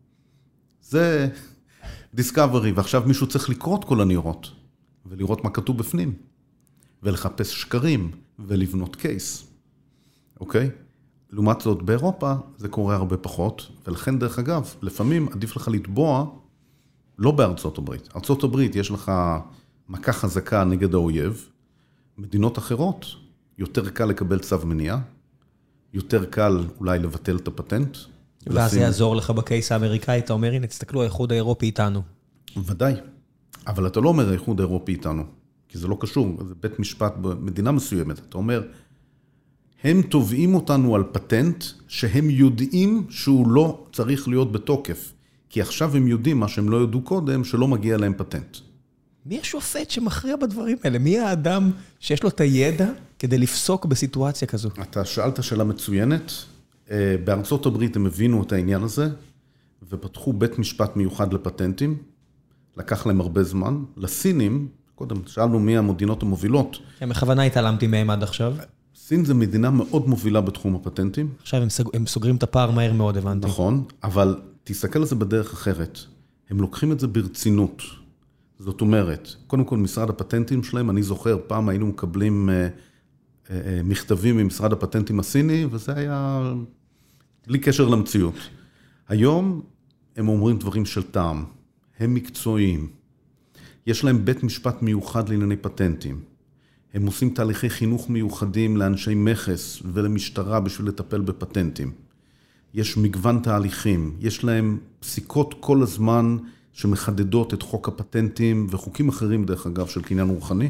זה Discovery, ועכשיו מישהו צריך לקרוא את כל הניירות, ולראות מה כתוב בפנים, ולחפש שקרים, ולבנות קייס. אוקיי? לעומת זאת, באירופה זה קורה הרבה פחות, ולכן דרך אגב, לפעמים עדיף לך לתבוע, לא בארצות הברית. ארצות הברית יש לך מכה חזקה נגד האויב, מדינות אחרות, יותר קל לקבל צו מניעה, יותר קל אולי לבטל את הפטנט. ואז זה יעזור לך בקייס האמריקאי, אתה אומר, הנה, תסתכלו, האיחוד האירופי איתנו. ודאי, אבל אתה לא אומר האיחוד האירופי איתנו, כי זה לא קשור, זה בית משפט במדינה מסוימת. אתה אומר, הם תובעים אותנו על פטנט שהם יודעים שהוא לא צריך להיות בתוקף, כי עכשיו הם יודעים מה שהם לא ידעו קודם, שלא מגיע להם פטנט. מי השופט שמכריע בדברים האלה? מי האדם שיש לו את הידע כדי לפסוק בסיטואציה כזו? אתה שאלת שאלה מצוינת. בארצות הברית הם הבינו את העניין הזה, ופתחו בית משפט מיוחד לפטנטים. לקח להם הרבה זמן. לסינים, קודם שאלנו מי המדינות המובילות. בכוונה התעלמתי מהם עד עכשיו. סין זה מדינה מאוד מובילה בתחום הפטנטים. עכשיו הם סוגרים את הפער מהר מאוד, הבנתי. נכון, אבל תסתכל על זה בדרך אחרת. הם לוקחים את זה ברצינות. זאת אומרת, קודם כל משרד הפטנטים שלהם, אני זוכר, פעם היינו מקבלים מכתבים ממשרד הפטנטים הסיני, וזה היה בלי קשר למציאות. היום הם אומרים דברים של טעם, הם מקצועיים, יש להם בית משפט מיוחד לענייני פטנטים, הם עושים תהליכי חינוך מיוחדים לאנשי מכס ולמשטרה בשביל לטפל בפטנטים. יש מגוון תהליכים, יש להם פסיקות כל הזמן שמחדדות את חוק הפטנטים וחוקים אחרים, דרך אגב, של קניין רוחני.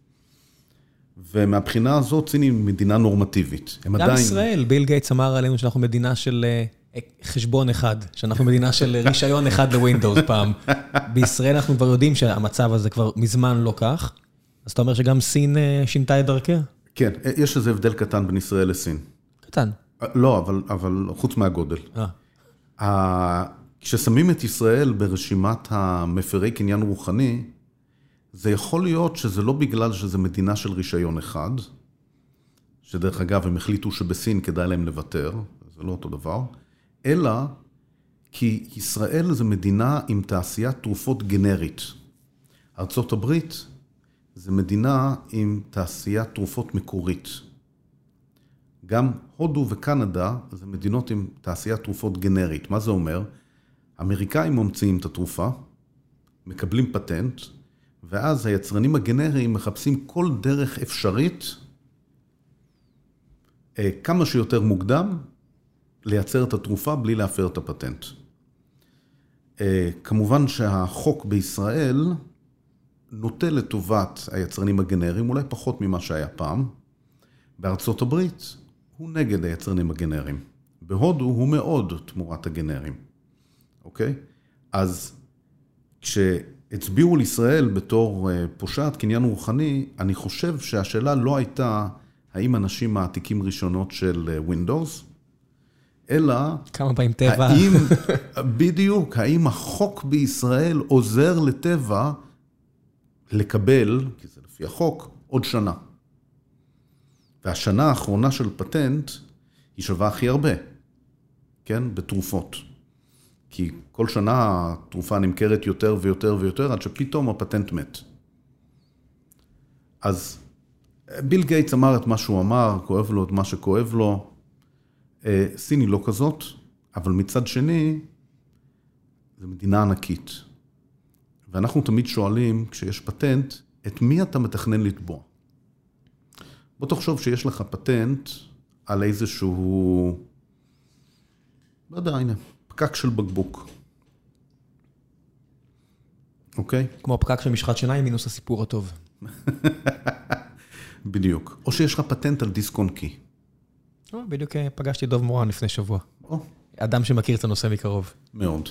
ומהבחינה הזאת, סין היא מדינה נורמטיבית. גם עדיין... ישראל, ביל גייטס אמר עלינו שאנחנו מדינה של חשבון אחד, שאנחנו מדינה של רישיון אחד לווינדוס פעם. בישראל אנחנו כבר יודעים שהמצב הזה כבר מזמן לא כך, אז אתה אומר שגם סין שינתה את דרכיה? כן, יש איזה הבדל קטן בין ישראל לסין. קטן. לא, אבל חוץ מהגודל. כששמים את ישראל ברשימת המפרי קניין רוחני, זה יכול להיות שזה לא בגלל שזה מדינה של רישיון אחד, שדרך אגב הם החליטו שבסין כדאי להם לוותר, זה לא אותו דבר, אלא כי ישראל זה מדינה עם תעשיית תרופות גנרית. ארצות הברית זה מדינה עם תעשיית תרופות מקורית. גם הודו וקנדה זה מדינות עם תעשיית תרופות גנרית. מה זה אומר? אמריקאים ממציאים את התרופה, מקבלים פטנט, ואז היצרנים הגנריים מחפשים כל דרך אפשרית, כמה שיותר מוקדם, לייצר את התרופה בלי להפר את הפטנט. כמובן שהחוק בישראל נוטה לטובת היצרנים הגנריים, אולי פחות ממה שהיה פעם. בארצות הברית הוא נגד היצרנים הגנריים. בהודו הוא מאוד תמורת הגנריים. אוקיי? אז כשהצביעו לישראל בתור פושעת קניין רוחני, אני חושב שהשאלה לא הייתה האם אנשים מעתיקים ראשונות של Windows, אלא... כמה פעמים טבע. בדיוק, האם החוק בישראל עוזר לטבע לקבל, כי זה לפי החוק, עוד שנה. והשנה האחרונה של פטנט היא שווה הכי הרבה, כן? בתרופות. כי כל שנה התרופה נמכרת יותר ויותר ויותר, עד שפתאום הפטנט מת. אז ביל גייטס אמר את מה שהוא אמר, כואב לו את מה שכואב לו. סין היא לא כזאת, אבל מצד שני, זו מדינה ענקית. ואנחנו תמיד שואלים, כשיש פטנט, את מי אתה מתכנן לתבוע? בוא תחשוב שיש לך פטנט על איזשהו, לא יודע, הנה, פקק של בקבוק. אוקיי? כמו פקק של משחת שיניים, מינוס הסיפור הטוב. בדיוק. או שיש לך פטנט על דיסק און קי. בדיוק פגשתי דוב מורן לפני שבוע. אדם שמכיר את הנושא מקרוב. מאוד.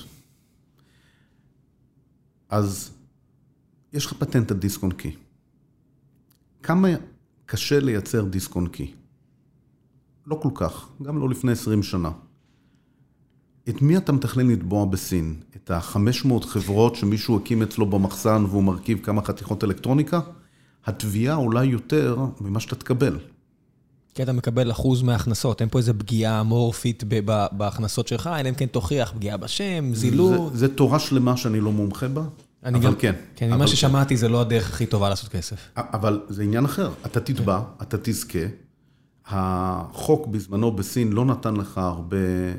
אז יש לך פטנט על דיסק און קי. כמה קשה לייצר דיסק און קי? לא כל כך, גם לא לפני 20 שנה. את מי אתה מתכנן לתבוע בסין? את ה-500 חברות שמישהו הקים אצלו במחסן והוא מרכיב כמה חתיכות אלקטרוניקה? התביעה אולי יותר ממה שאתה תקבל. כי אתה מקבל אחוז מההכנסות, אין פה איזו פגיעה אמורפית בהכנסות שלך, אין להם כן תוכיח פגיעה בשם, זילו. זה תורה שלמה שאני לא מומחה בה, אבל כן. כן, ממה ששמעתי זה לא הדרך הכי טובה לעשות כסף. אבל זה עניין אחר, אתה תתבע, אתה תזכה, החוק בזמנו בסין לא נתן לך הרבה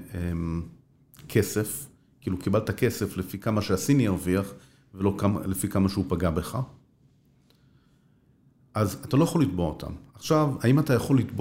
כסף, כאילו קיבלת כסף לפי כמה שהסיני הרוויח, ולא לפי כמה שהוא פגע בך. אז אתה לא יכול לתבוע אותם. עכשיו, האם אתה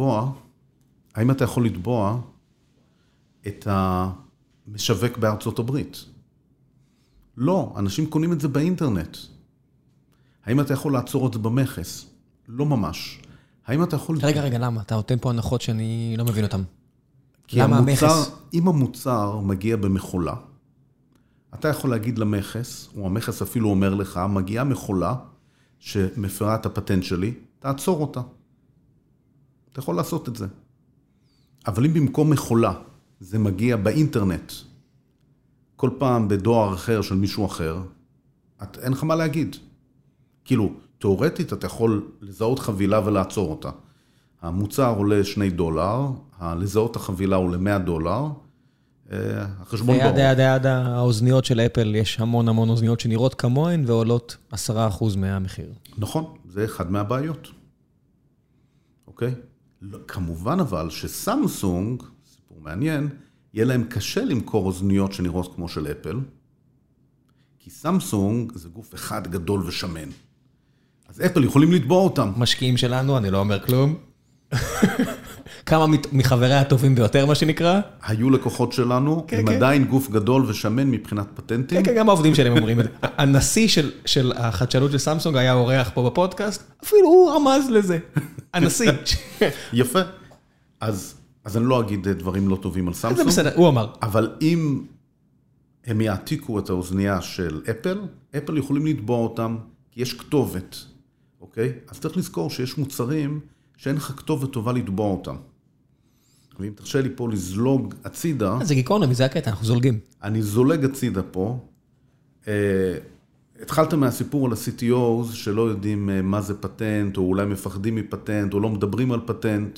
יכול לתבוע את המשווק בארצות הברית? לא, אנשים קונים את זה באינטרנט. האם אתה יכול לעצור את זה במכס? לא ממש. האם אתה יכול... רגע, למה? אתה נותן פה הנחות שאני לא מבין אותן. למה המכס? אם המוצר מגיע במחולה, אתה יכול להגיד למכס, או המכס אפילו אומר לך, מגיעה מחולה, שמפרה את הפטנט שלי, תעצור אותה. אתה יכול לעשות את זה. אבל אם במקום מחולה, זה מגיע באינטרנט, כל פעם בדואר אחר של מישהו אחר, אין לך מה להגיד. כאילו, תיאורטית אתה יכול לזהות חבילה ולעצור אותה. המוצר עולה $2, לזהות החבילה עולה $100, החשבון ברור. יד האוזניות של אפל, יש המון אוזניות שנראות כמוהן, ועולות 10% מהמחיר. נכון, זה אחד מהבעיות. אוקיי? כמובן אבל שסמסונג, סיפור מעניין, יהיה להם קשה למכור אוזניות שנראות כמו של אפל, כי סמסונג זה גוף אחד גדול ושמן. אז אפל יכולים לתבוע אותם. משקיעים שלנו, אני לא אומר כלום. כמה מחבריה הטובים ביותר, מה שנקרא? היו לקוחות שלנו, הם עדיין גוף גדול ושמן מבחינת פטנטים. כן, גם העובדים שלהם אומרים את זה. הנשיא של החדשנות של סמסונג היה אורח פה בפודקאסט, אפילו הוא רמז לזה. הנשיא. יפה. אז אני לא אגיד דברים לא טובים על סמסונג. זה בסדר, הוא אמר. אבל אם הם יעתיקו את האוזנייה של אפל, אפל יכולים לתבוע אותם, כי יש כתובת. אוקיי? אז צריך לזכור שיש מוצרים שאין לך כתובת טובה לתבוע אותם. ואם תרשה לי פה לזלוג הצידה... זה גיקונומי, זה הקטע, אנחנו זולגים. אני זולג הצידה פה. התחלת מהסיפור על ה-CTOs שלא יודעים מה זה פטנט, או אולי מפחדים מפטנט, או לא מדברים על פטנט.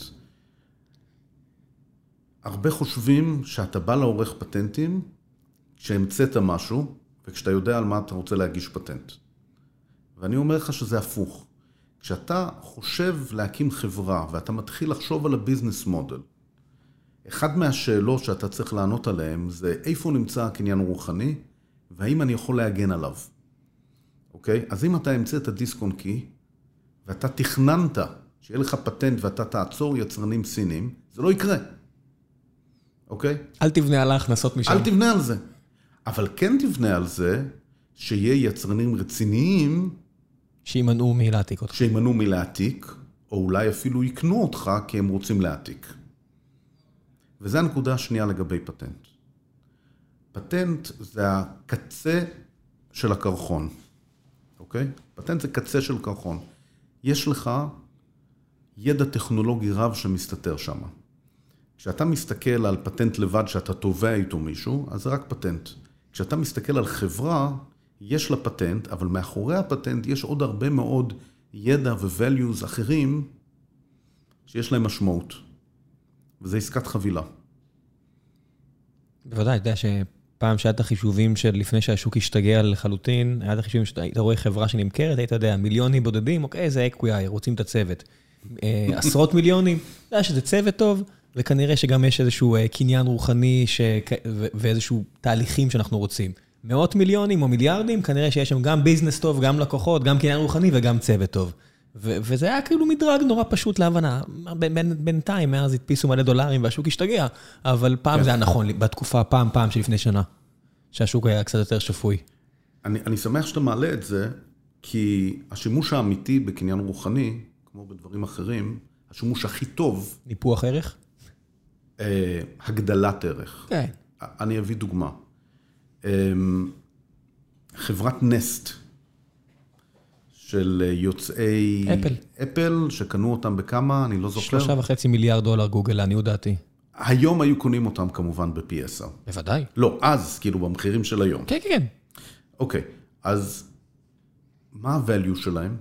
הרבה חושבים שאתה בא לעורך פטנטים, כשהמצאת משהו, וכשאתה יודע על מה אתה רוצה להגיש פטנט. ואני אומר לך שזה הפוך. כשאתה חושב להקים חברה, ואתה מתחיל לחשוב על הביזנס מודל, אחד מהשאלות שאתה צריך לענות עליהן, זה איפה נמצא הקניין הרוחני, והאם אני יכול להגן עליו. אוקיי? אז אם אתה המצאת את הדיסק און קי, ואתה תכננת שיהיה לך פטנט ואתה תעצור יצרנים סינים, זה לא יקרה. אוקיי? אל תבנה על ההכנסות משם. אל תבנה על זה. אבל כן תבנה על זה שיהיה יצרנים רציניים, שימנעו מלהעתיק אותך. שימנעו מלהעתיק, או אולי אפילו יקנו אותך כי הם רוצים להעתיק. וזו הנקודה השנייה לגבי פטנט. פטנט זה הקצה של הקרחון. אוקיי? פטנט זה קצה של קרחון. יש לך ידע טכנולוגי רב שמסתתר שם. כשאתה מסתכל על פטנט לבד שאתה תובע איתו מישהו, אז זה רק פטנט. כשאתה מסתכל על חברה, יש לה פטנט, אבל מאחורי הפטנט יש עוד הרבה מאוד ידע ו-values אחרים שיש להם משמעות. וזה עסקת חבילה. בוודאי, אתה יודע שפעם שהיה את החישובים של לפני שהשוק השתגע לחלוטין, היה את החישובים שאתה רואה חברה שנמכרת, היית יודע, מיליונים בודדים, אוקיי, זה אקוויי, רוצים את הצוות. עשרות מיליונים, אתה יודע שזה צוות טוב, וכנראה שגם יש איזשהו קניין רוחני ואיזשהו תהליכים שאנחנו רוצים. מאות מיליונים או מיליארדים, כנראה שיש שם גם ביזנס טוב, גם לקוחות, גם קניין רוחני וגם צוות טוב. וזה היה כאילו מדרג נורא פשוט להבנה. בינתיים, מאז הדפיסו מלא דולרים והשוק השתגע, אבל פעם זה היה נכון, בתקופה פעם שלפני שנה, שהשוק היה קצת יותר שפוי. אני שמח שאתה מעלה את זה, כי השימוש האמיתי בקניין רוחני, כמו בדברים אחרים, השימוש הכי טוב... ניפוח ערך? הגדלת ערך. כן. אני אביא דוגמה. חברת נסט, של יוצאי... אפל, שקנו אותם בכמה, אני לא זוכר. 3.5 מיליארד דולר גוגל, לעניות דעתי. היום היו קונים אותם כמובן בפי 10. בוודאי. לא, אז, כאילו במחירים של היום. כן, כן. אוקיי, אז מה ה-value שלהם?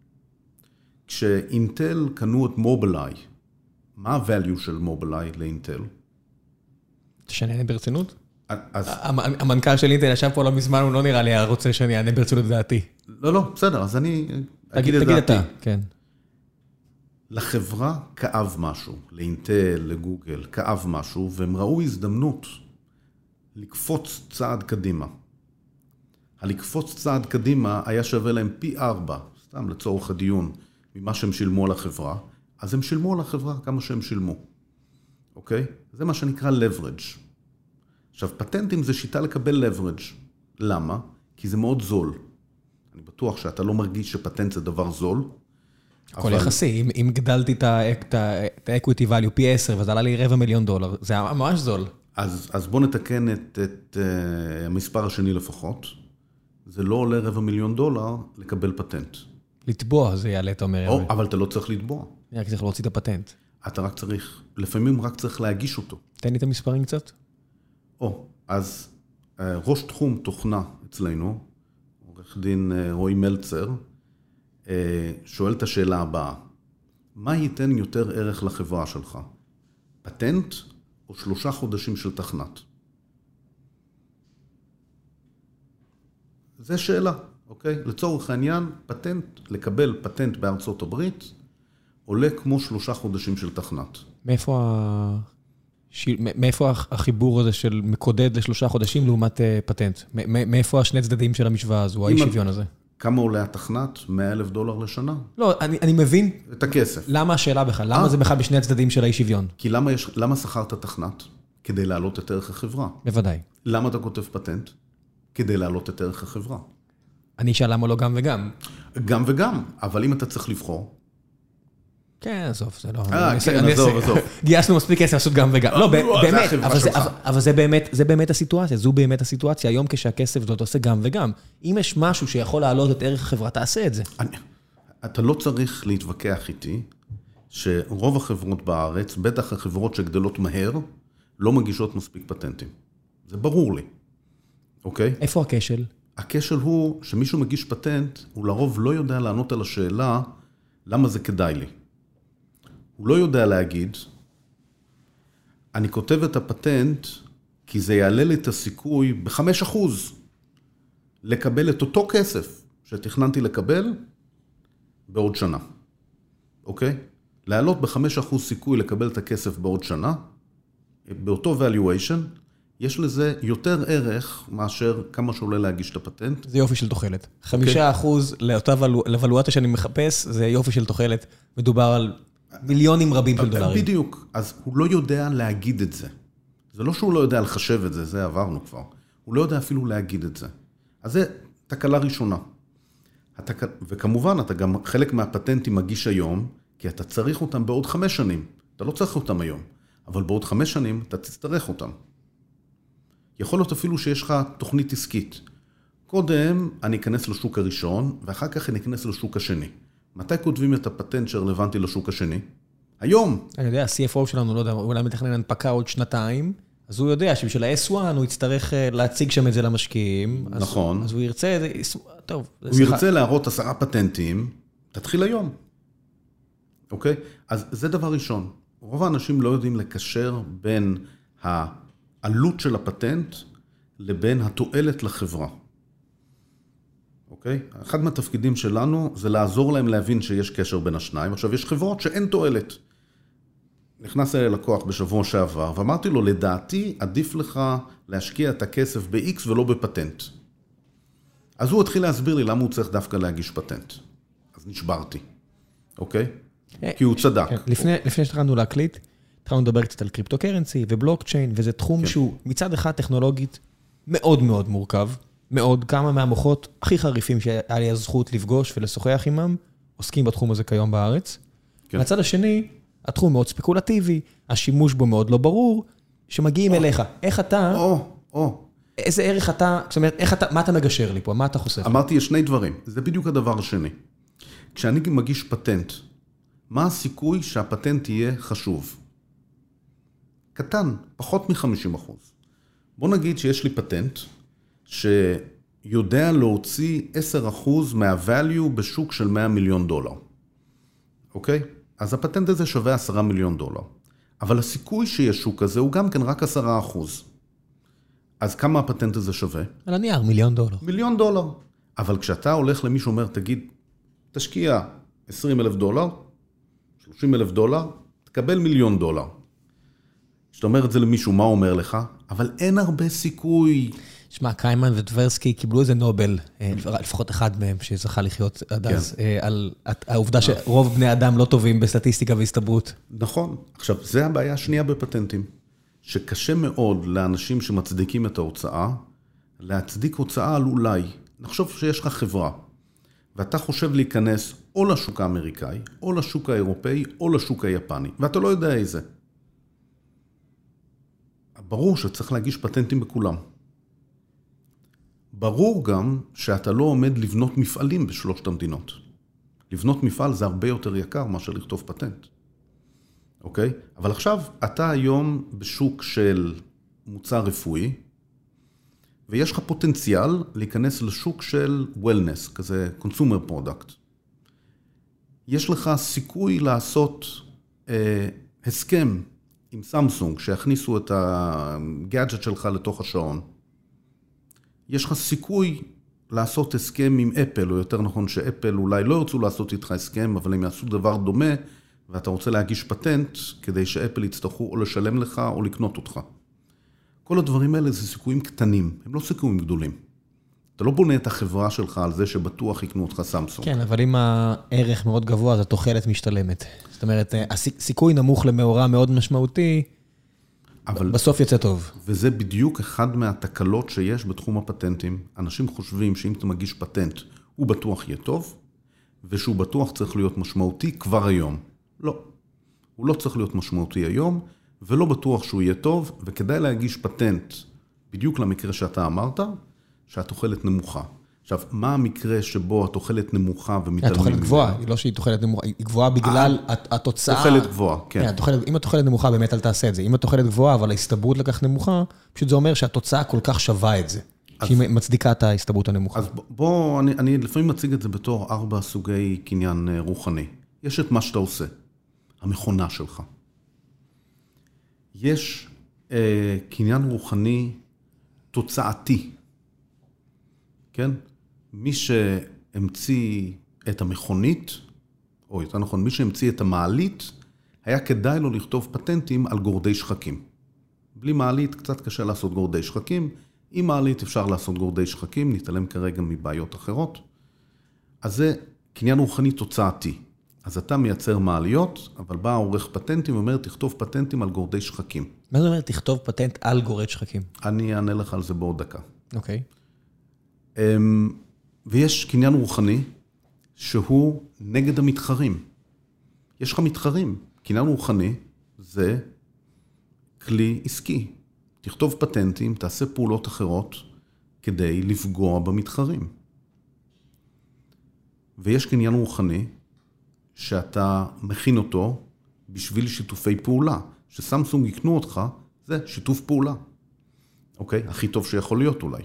כשאינטל קנו את מובילאיי, מה ה-value של מובילאיי לאינטל? שאני אענה ברצינות? המנכ"ל של אינטל ישב פה לא מזמן, הוא לא נראה לי רוצה שאני אענה ברצינות דעתי. לא, בסדר, אז אני אגיד את דעתי. כן. לחברה כאב משהו, לאינטל, לגוגל, כאב משהו, והם ראו הזדמנות לקפוץ צעד קדימה. הלקפוץ צעד קדימה היה שווה להם פי 4, סתם לצורך הדיון, ממה שהם שילמו על החברה, אז הם שילמו על החברה כמה שהם שילמו. אוקיי? זה מה שנקרא leverage. עכשיו, פטנטים זה שיטה לקבל leverage. למה? כי זה מאוד זול. אני בטוח שאתה לא מרגיש שפטנט זה דבר זול. הכל יחסי. אם גדלתי את ה-equity value פי 10, וזה עלה לי $250,000, זה היה ממש זול. אז בוא נתקן את המספר השני לפחות. זה לא עולה $250,000 לקבל פטנט. לתבוע זה יעלה, אתה אומר. אבל אתה לא צריך לתבוע. אני רק צריך להוציא את הפטנט. אתה רק צריך, לפעמים רק צריך להגיש אותו. תן לי את המספרים קצת. אז ראש תחום תוכנה אצלנו, עורך דין רועי מלצר, שואל את השאלה הבאה, מה ייתן יותר ערך לחברה שלך? פטנט או 3 חודשים של תכנת? זה שאלה, אוקיי? לצורך העניין, לקבל פטנט בארצות הברית, עולה כמו 3 חודשים של תכנת. מאיפה החיבור הזה של מקודד ל3 חודשים לעומת פטנט? מאיפה השני צדדים של המשוואה הזו, האי שוויון הזה? כמה עולה התכנת? $100,000 לשנה? לא, אני מבין. את הכסף. למה השאלה בכלל? למה זה בכלל בשני הצדדים של האי שוויון? כי למה שכרת תכנת? כדי להעלות את ערך החברה. בוודאי. למה אתה כותב פטנט? כדי להעלות את ערך החברה. אני אשאל למה לא גם וגם. גם וגם, אבל אם אתה צריך לבחור. כן, עזוב, זה לא... כן, עזוב. גייסנו מספיק כסף לעשות גם וגם. לא, באמת, אבל זה באמת הסיטואציה, זו באמת הסיטואציה. היום כשהכסף זאת עושה גם וגם. אם יש משהו שיכול להעלות את ערך החברה, תעשה את זה. אתה לא צריך להתווכח איתי שרוב החברות בארץ, בטח החברות שגדלות מהר, לא מגישות מספיק פטנטים. זה ברור לי. אוקיי? איפה הכשל? הכשל הוא שמישהו מגיש פטנט, הוא לרוב לא יודע לענות על השאלה למה זה כדאי לי. הוא לא יודע להגיד, אני כותב את הפטנט כי זה יעלה לי את הסיכוי ב5% לקבל את אותו כסף שתכננתי לקבל בעוד שנה. אוקיי? להעלות ב5% סיכוי לקבל את הכסף בעוד שנה, באותו valuation, יש לזה יותר ערך מאשר כמה שעולה להגיש את הפטנט. זה יופי של תוחלת. 5% לאותה לוולואציה שאני מחפש, זה יופי של תוחלת. מדובר על מיליונים רבים של דולרים. בדיוק. אז הוא לא יודע להגיד את זה. זה לא שהוא לא יודע לחשב את זה, זה עברנו כבר. הוא לא יודע אפילו להגיד את זה. אז זה תקלה ראשונה. וכמובן, אתה גם חלק מהפטנטים מגיש היום, כי אתה צריך אותם בעוד 5 שנים. אתה לא צריך אותם היום. אבל בעוד 5 שנים אתה תצטרך אותם. יכול להיות אפילו שיש לך תוכנית עסקית. קודם אני אכנס לשוק הראשון, ואחר כך אני אכנס לשוק השני. מתי כותבים את הפטנט שרלוונטי לשוק השני? היום. אני יודע, ה-CFO שלנו, לא יודע, אולי מתכנן הנפקה עוד שנתיים, אז הוא יודע שבשביל ה-S1 הוא יצטרך להציג שם את זה למשקיעים. נכון. אז הוא ירצה, טוב. הוא ירצה להראות 10 פטנטים, תתחיל היום. אוקיי? אז זה דבר ראשון. רוב האנשים לא יודעים לקשר בין העלות של הפטנט לבין התועלת לחברה. אוקיי? אחד מהתפקידים שלנו זה לעזור להם להבין שיש קשר בין השניים. עכשיו, יש חברות שאין תועלת. נכנס אליי לקוח בשבוע שעבר, ואמרתי לו, לדעתי, עדיף לך להשקיע את הכסף ב-X ולא בפטנט. אז הוא התחיל להסביר לי למה הוא צריך דווקא להגיש פטנט. אז נשברתי. אוקיי? כי הוא צדק. לפני שהתחלנו להקליט, התחלנו לדבר קצת על קריפטו-קרנסי ובלוקצ'יין, וזה תחום שהוא מצד אחד טכנולוגית מאוד מאוד מורכב, מאוד, כמה מהמוחות הכי חריפים שהיה לי הזכות לפגוש ולשוחח עמם, עוסקים בתחום הזה כיום בארץ. מהצד השני, התחום מאוד ספקולטיבי, השימוש בו מאוד לא ברור, שמגיעים אליך. איך אתה, איזה ערך אתה, זאת אומרת, מה אתה מגשר לי פה, מה אתה חושף? אמרתי, יש שני דברים, זה בדיוק הדבר השני. כשאני מגיש פטנט, מה הסיכוי שהפטנט יהיה חשוב? קטן, פחות מ-50%. בוא נגיד שיש לי פטנט, שיודע להוציא 10% מה-value בשוק של $100 מיליון. אוקיי? אז הפטנט הזה שווה $10 מיליון. אבל הסיכוי שיש שוק הזה הוא גם כן רק 10%. אז כמה הפטנט הזה שווה? על הנייר, $1 מיליון. $1 מיליון. אבל כשאתה הולך למישהו אומר, תגיד, תשקיע $20,000, $30,000, תקבל $1 מיליון. כשאתה אומר את זה למישהו, מה אומר לך? אבל אין הרבה סיכוי. שמע, קיימן וטברסקי קיבלו איזה נובל, לפחות אחד מהם שזכה לחיות עד אז, על העובדה שרוב בני אדם לא טובים בסטטיסטיקה והסתברות. נכון. עכשיו, זה הבעיה השנייה בפטנטים, שקשה מאוד לאנשים שמצדיקים את ההוצאה, להצדיק הוצאה על אולי. נחשוב שיש לך חברה, ואתה חושב להיכנס או לשוק האמריקאי, או לשוק האירופאי, או לשוק היפני, ואתה לא יודע איזה. ברור שצריך להגיש פטנטים בכולם. ברור גם שאתה לא עומד לבנות מפעלים בשלושת המדינות. לבנות מפעל זה הרבה יותר יקר מאשר לכתוב פטנט. אוקיי? אבל עכשיו אתה היום בשוק של מוצר רפואי, ויש לך פוטנציאל להיכנס לשוק של wellness, כזה consumer product. יש לך סיכוי לעשות הסכם עם סמסונג, שיכניסו את הגאדג'ט שלך לתוך השעון. יש לך סיכוי לעשות הסכם עם אפל, או יותר נכון שאפל אולי לא ירצו לעשות איתך הסכם, אבל הם יעשו דבר דומה, ואתה רוצה להגיש פטנט, כדי שאפל יצטרכו או לשלם לך או לקנות אותך. כל הדברים האלה זה סיכויים קטנים, הם לא סיכויים גדולים. אתה לא בונה את החברה שלך על זה שבטוח יקנו אותך סמסונג. כן, אבל אם הערך מאוד גבוה, אז התוחלת משתלמת. זאת אומרת, הסיכוי נמוך למאורע מאוד משמעותי, אבל בסוף יצא טוב. וזה בדיוק אחד מהתקלות שיש בתחום הפטנטים. אנשים חושבים שאם אתה מגיש פטנט, הוא בטוח יהיה טוב, ושהוא בטוח צריך להיות משמעותי כבר היום. לא. הוא לא צריך להיות משמעותי היום, ולא בטוח שהוא יהיה טוב, וכדאי להגיש פטנט בדיוק למקרה שאתה אמרת, שהתוחלת נמוכה. עכשיו, מה המקרה שבו התוחלת נמוכה ומתעלמים? התוחלת גבוהה, היא לא שהיא תוחלת נמוכה, היא גבוהה בגלל התוצאה. תוחלת גבוהה, כן. אם התוחלת נמוכה, באמת אל תעשה את זה. אם התוחלת גבוהה, אבל ההסתברות לכך נמוכה, פשוט זה אומר שהתוצאה כל כך שווה את זה, שהיא מצדיקה את ההסתברות הנמוכה. אז בוא, אני לפעמים מציג את זה בתור 4 סוגי קניין רוחני. יש את מה שאתה עושה, המכונה שלך. יש קניין רוחני תוצאתי. כן? מי שהמציא את המכונית, או יותר נכון, מי שהמציא את המעלית, היה כדאי לו לכתוב פטנטים על גורדי שחקים. בלי מעלית קצת קשה לעשות גורדי שחקים. עם מעלית אפשר לעשות גורדי שחקים, נתעלם כרגע מבעיות אחרות. אז זה קניין רוחני תוצאתי. אז אתה מייצר מעליות, אבל בא עורך פטנטים ואומר, תכתוב פטנטים על גורדי שחקים. מה זה אומר, תכתוב פטנט על גורד שחקים? אני אענה לך על זה בעוד דקה. אוקיי. ויש קניין רוחני שהוא נגד המתחרים. יש לך מתחרים. קניין רוחני זה כלי עסקי. תכתוב פטנטים, תעשה פעולות אחרות כדי לפגוע במתחרים. ויש קניין רוחני שאתה מכין אותו בשביל שיתופי פעולה. שסמסונג יקנו אותך, זה שיתוף פעולה. אוקיי? הכי טוב שיכול להיות אולי.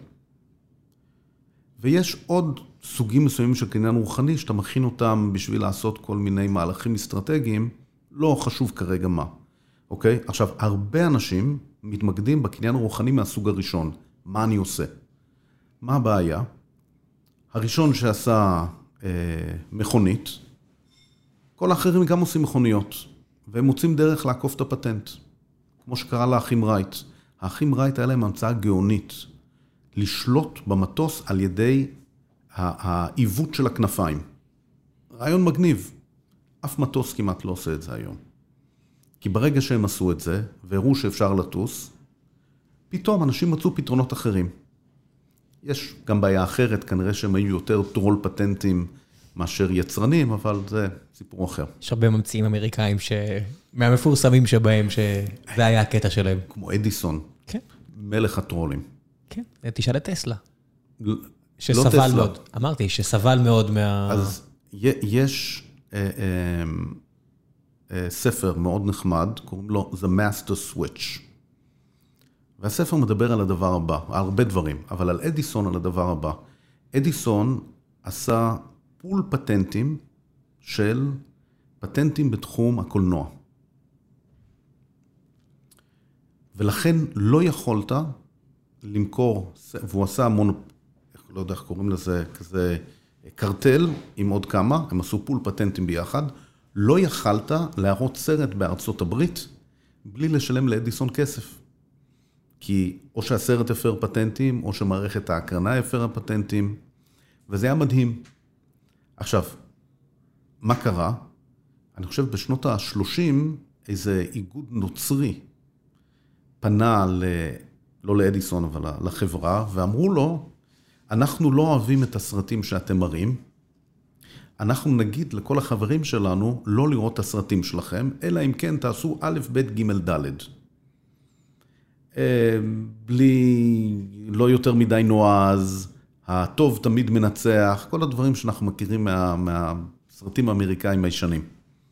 ויש עוד סוגים מסוימים של קניין רוחני, שאתה מכין אותם בשביל לעשות כל מיני מהלכים אסטרטגיים, לא חשוב כרגע מה. אוקיי? עכשיו, הרבה אנשים מתמקדים בקניין רוחני מהסוג הראשון. מה אני עושה? מה הבעיה? הראשון שעשה מכונית, כל האחרים גם עושים מכוניות, והם מוצאים דרך לעקוף את הפטנט. כמו שקרה לאחים רייט. האחים רייט היה להם המצאה גאונית, לשלוט במטוס על ידי העיוות של הכנפיים. רעיון מגניב. אף מטוס כמעט לא עושה את זה היום. כי ברגע שהם עשו את זה, והראו שאפשר לטוס, פתאום אנשים מצאו פתרונות אחרים. יש גם בעיה אחרת, כנראה שהם היו יותר טרול פטנטים מאשר יצרנים, אבל זה סיפור אחר. יש הרבה ממציאים אמריקאים מהמפורסמים שבהם, שזה היה הקטע שלהם. כמו אדיסון. כן. מלך הטרולים. כן, תשאל את טסלה. לא שסבל מאוד. אמרתי, שסבל מאוד מה... אז יש ספר מאוד נחמד, קוראים לו The Master Switch. והספר מדבר על הדבר הבא, על הרבה דברים, אבל על אדיסון על הדבר הבא. אדיסון עשה פול פטנטים של פטנטים בתחום הקולנוע. ולכן לא יכולת למכור, והוא עשה לא יודע איך קוראים לזה, כזה קרטל עם עוד כמה, הם עשו פול פטנטים ביחד, לא יכלת להראות סרט בארצות הברית בלי לשלם לאדיסון כסף. כי או שהסרט הפר פטנטים, או שמערכת ההקרנה הפרה פטנטים, וזה היה מדהים. עכשיו, מה קרה? אני חושב בשנות ה-30, איזה איגוד נוצרי פנה, לא לאדיסון, אבל לחברה, ואמרו לו, אנחנו לא אוהבים את הסרטים שאתם מראים, אנחנו נגיד לכל החברים שלנו לא לראות את הסרטים שלכם, אלא אם כן תעשו א', ב', ג', ד'. בלי, לא יותר מדי נועז, הטוב תמיד מנצח, כל הדברים שאנחנו מכירים מהסרטים האמריקאים הישנים.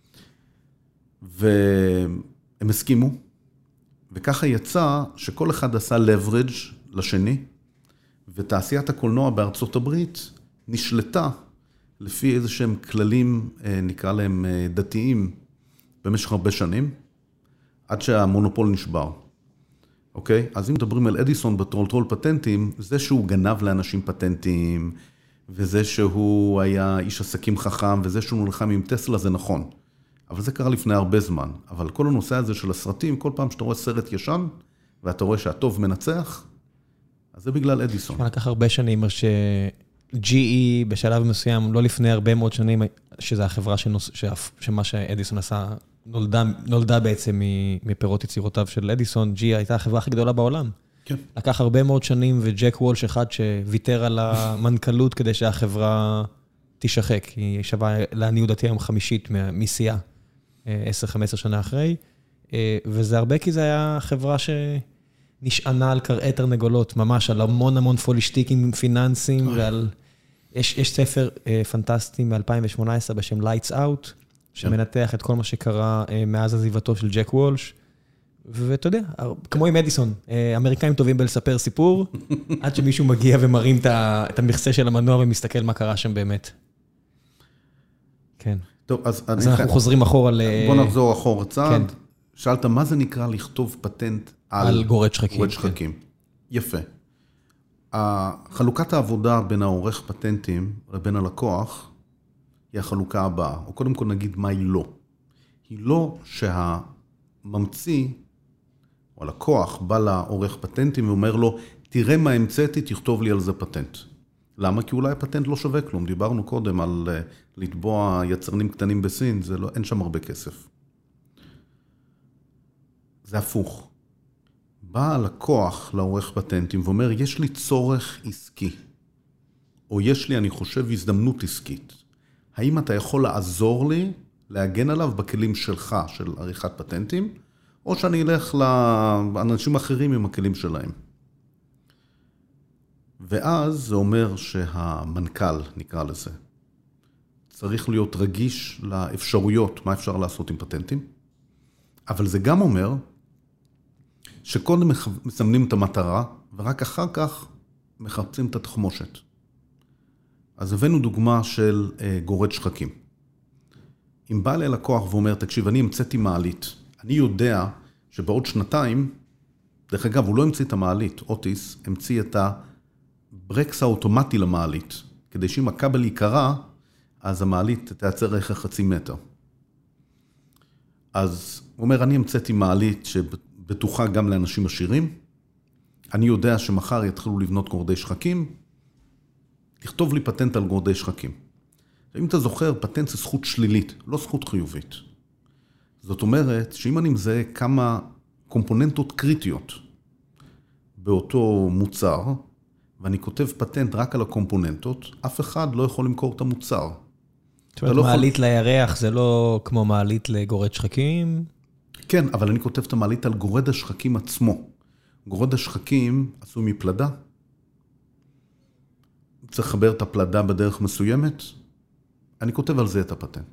והם הסכימו, וככה יצא שכל אחד עשה leverage לשני, ותעשיית הקולנוע בארצות הברית נשלטה לפי איזה שהם כללים, נקרא להם דתיים, במשך הרבה שנים, עד שהמונופול נשבר. אוקיי? אז אם מדברים על אדיסון בטרול פטנטים, זה שהוא גנב לאנשים פטנטים, וזה שהוא היה איש עסקים חכם, וזה שהוא נלחם עם טסלה, זה נכון. אבל זה קרה לפני הרבה זמן. אבל כל הנושא הזה של הסרטים, כל פעם שאתה רואה סרט ישן, ואתה רואה שהטוב מנצח, אז זה בגלל אדיסון. לקח הרבה שנים, ש-GE בשלב מסוים, לא לפני הרבה מאוד שנים, שזו החברה שמה שאדיסון עשה, נולדה בעצם מפירות יצירותיו של אדיסון. GE הייתה החברה הכי גדולה בעולם. כן. לקח הרבה מאוד שנים, וג'ק וולש אחד שוויתר על המנכ"לות כדי שהחברה תשחק. היא שווה לעניות דעתי היום חמישית מסיעה, 10-15 שנה אחרי. וזה הרבה כי זה היה חברה שנשענה על קרעי תרנגולות, ממש על המון פולישטיקים פיננסיים, ועל... יש ספר פנטסטי מ-2018 בשם Lights Out, שמנתח את כל מה שקרה מאז עזיבתו של ג'ק וולש, ואתה יודע, כמו עם אדיסון, אמריקאים טובים בלספר סיפור, עד שמישהו מגיע ומרים את המכסה של המנוע ומסתכל מה קרה שם באמת. כן. טוב, אז אנחנו חוזרים אחורה בוא נחזור אחורה צעד. שאלת, מה זה נקרא לכתוב פטנט על גורד שחקים? גורד שחקים. יפה. חלוקת העבודה בין העורך פטנטים לבין הלקוח, היא החלוקה הבאה. או קודם כל נגיד מה היא לא. היא לא שהממציא, או הלקוח, בא לעורך פטנטים ואומר לו, תראה מה המצאתי, תכתוב לי על זה פטנט. למה? כי אולי הפטנט לא שווה כלום. דיברנו קודם על לתבוע יצרנים קטנים בסין, אין שם הרבה כסף. זה הפוך. בא הלקוח לעורך פטנטים ואומר, יש לי צורך עסקי, או יש לי, אני חושב, הזדמנות עסקית. האם אתה יכול לעזור לי להגן עליו בכלים שלך, של עריכת פטנטים, או שאני אלך לאנשים אחרים עם הכלים שלהם. ואז זה אומר שהמנכ"ל, נקרא לזה, צריך להיות רגיש לאפשרויות, מה אפשר לעשות עם פטנטים, אבל זה גם אומר שקודם מסמנים את המטרה, ורק אחר כך מחפשים את התחמושת. אז הבאנו דוגמה של גורד שחקים. אם בא לי לקוח ואומר, תקשיב, אני המצאתי מעלית. אני יודע שבעוד שנתיים, דרך אגב, הוא לא המציא את המעלית, אוטיס המציא את הברקס האוטומטי למעלית, כדי שאם הכבל יקרה, אז המעלית תייצר אחרי 0.5 מטר. אז הוא אומר, אני המצאתי מעלית שבטוחה גם לאנשים עשירים, אני יודע שמחר יתחילו לבנות גורדי שחקים, תכתוב לי פטנט על גורדי שחקים. אם אתה זוכר, פטנט זה זכות שלילית, לא זכות חיובית. זאת אומרת, שאם אני מזהה כמה קומפוננטות קריטיות באותו מוצר, ואני כותב פטנט רק על הקומפוננטות, אף אחד לא יכול למכור את המוצר. זאת אומרת, מעלית לירח זה לא כמו מעלית לגורד שחקים? כן, אבל אני כותב את המעלית על גורד השחקים עצמו. גורד השחקים עשוי מפלדה. צריך לחבר את הפלדה בדרך מסוימת. אני כותב על זה את הפטנט.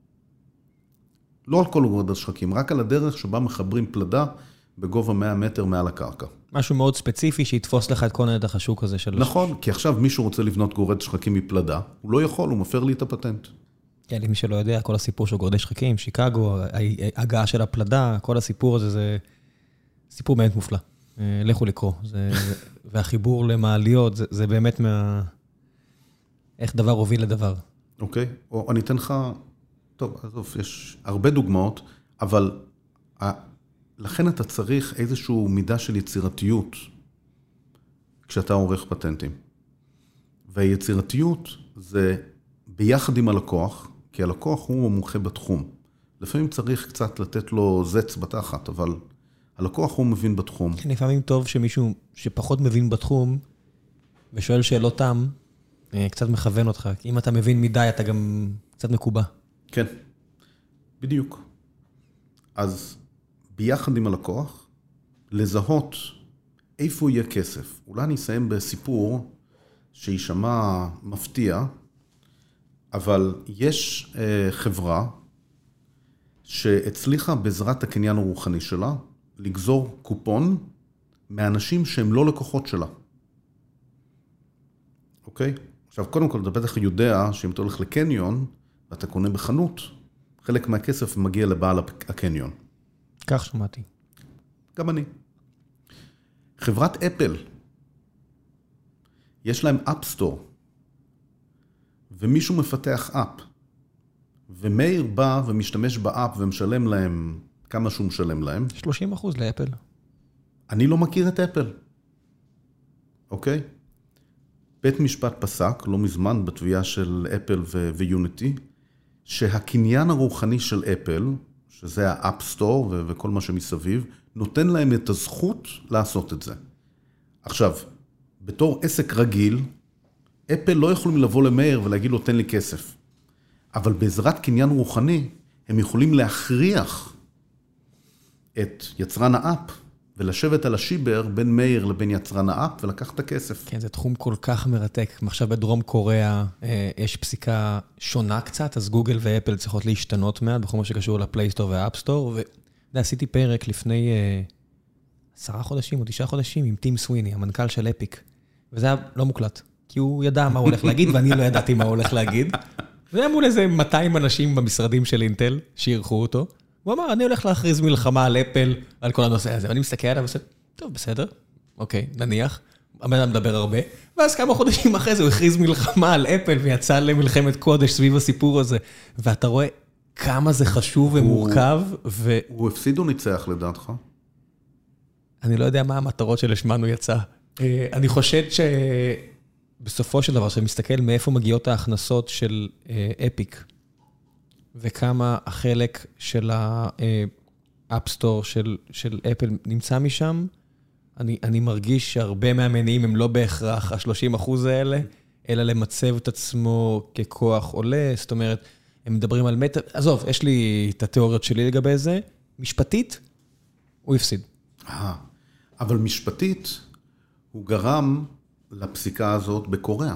לא על כל גורד השחקים, רק על הדרך שבה מחברים פלדה בגובה 100 מטר מעל הקרקע. משהו מאוד ספציפי שיתפוס לך את כל נתח השוק הזה של... נכון, כי עכשיו מישהו רוצה לבנות גורד שחקים מפלדה, הוא לא יכול, הוא מפר לי את הפטנט. כן, למי שלא יודע, כל הסיפור של גורדי שחקים, שיקגו, ההגעה של הפלדה, כל הסיפור הזה זה סיפור באמת מופלא. לכו לקרוא. והחיבור למעליות, זה באמת איך דבר הוביל לדבר. אוקיי, או אני אתן לך... טוב, עזוב, יש הרבה דוגמאות, אבל לכן אתה צריך איזשהו מידה של יצירתיות כשאתה עורך פטנטים. והיצירתיות זה ביחד עם הלקוח, כי הלקוח הוא המומחה בתחום. לפעמים צריך קצת לתת לו זץ בתחת, אבל הלקוח הוא מבין בתחום. כן, לפעמים טוב שמישהו שפחות מבין בתחום ושואל שאלות תם, קצת מכוון אותך. אם אתה מבין מדי, אתה גם קצת מקובע. כן, בדיוק. אז ביחד עם הלקוח, לזהות איפה יהיה כסף. אולי אני אסיים בסיפור שישמע מפתיע, אבל יש חברה שהצליחה בעזרת הקניין הרוחני שלה, לגזור קופון מאנשים שהם לא לקוחות שלה. אוקיי? עכשיו, קודם כל, אתה בטח יודע שאם אתה הולך לקניון, ואתה קונה בחנות, חלק מהכסף מגיע לבעל הקניון. כך שמעתי. גם אני. חברת אפל, יש להם אפסטור, ומישהו מפתח אפ, ומאיר בא ומשתמש באפ ומשלם להם כמה שהוא משלם להם. 30% לאפל. אני לא מכיר את אפל. אוקיי? בית משפט פסק, לא מזמן, בתביעה של אפל ויוניטי, שהקניין הרוחני של אפל, שזה האפסטור וכל מה שמסביב, נותן להם את הזכות לעשות את זה. עכשיו, בתור עסק רגיל, אפל לא יכולים לבוא למאיר ולהגיד לו, תן לי כסף. אבל בעזרת קניין רוחני, הם יכולים להכריח את יצרן האפ, ולשבת על השיבר בין מאיר לבין יצרן האפ, ולקח את הכסף. כן, זה תחום כל כך מרתק. עכשיו בדרום קוריאה יש פסיקה שונה קצת, אז גוגל ואפל צריכות להשתנות מעט, בכל מה שקשור לפלייסטור והאפסטור, ועשיתי פרק לפני 10 חודשים או 9 חודשים עם טים סוויני, המנכ"ל של אפיק, וזה היה לא מוקלט, כי הוא ידע מה הוא הולך להגיד, ואני לא ידעתי מה הוא הולך להגיד. והיה מול איזה 200 אנשים במשרדים של אינטל, שירכו אותו, הוא אמר, אני הולך להכריז מלחמה על אפל, על כל הנושא הזה, ואני מסתכל עליו ועושה, טוב, בסדר, אוקיי, נניח, הבן אדם מדבר הרבה, ואז כמה חודשים אחרי זה הוא הכריז מלחמה על אפל, ויצא למלחמת קודש סביב הסיפור הזה, ואתה רואה כמה זה חשוב ומורכב, הוא הפסיד או ניצח לדעתך? אני לא יודע מה המטרות שלשמן הוא יצא. אני חושד שבסופו של דבר, שאני מסתכל מאיפה מגיעות ההכנסות של אפיק, וכמה החלק של האפסטור של אפל נמצא משם, אני מרגיש שהרבה מהמניעים הם לא בהכרח ה-30% האלה, אלא למצב את עצמו ככוח עולה, זאת אומרת, הם מדברים על מטר, עזוב, יש לי את התיאוריות שלי לגבי זה, משפטית, הוא הפסיד. אבל משפטית, הוא גרם לפסיקה הזאת בקוריאה.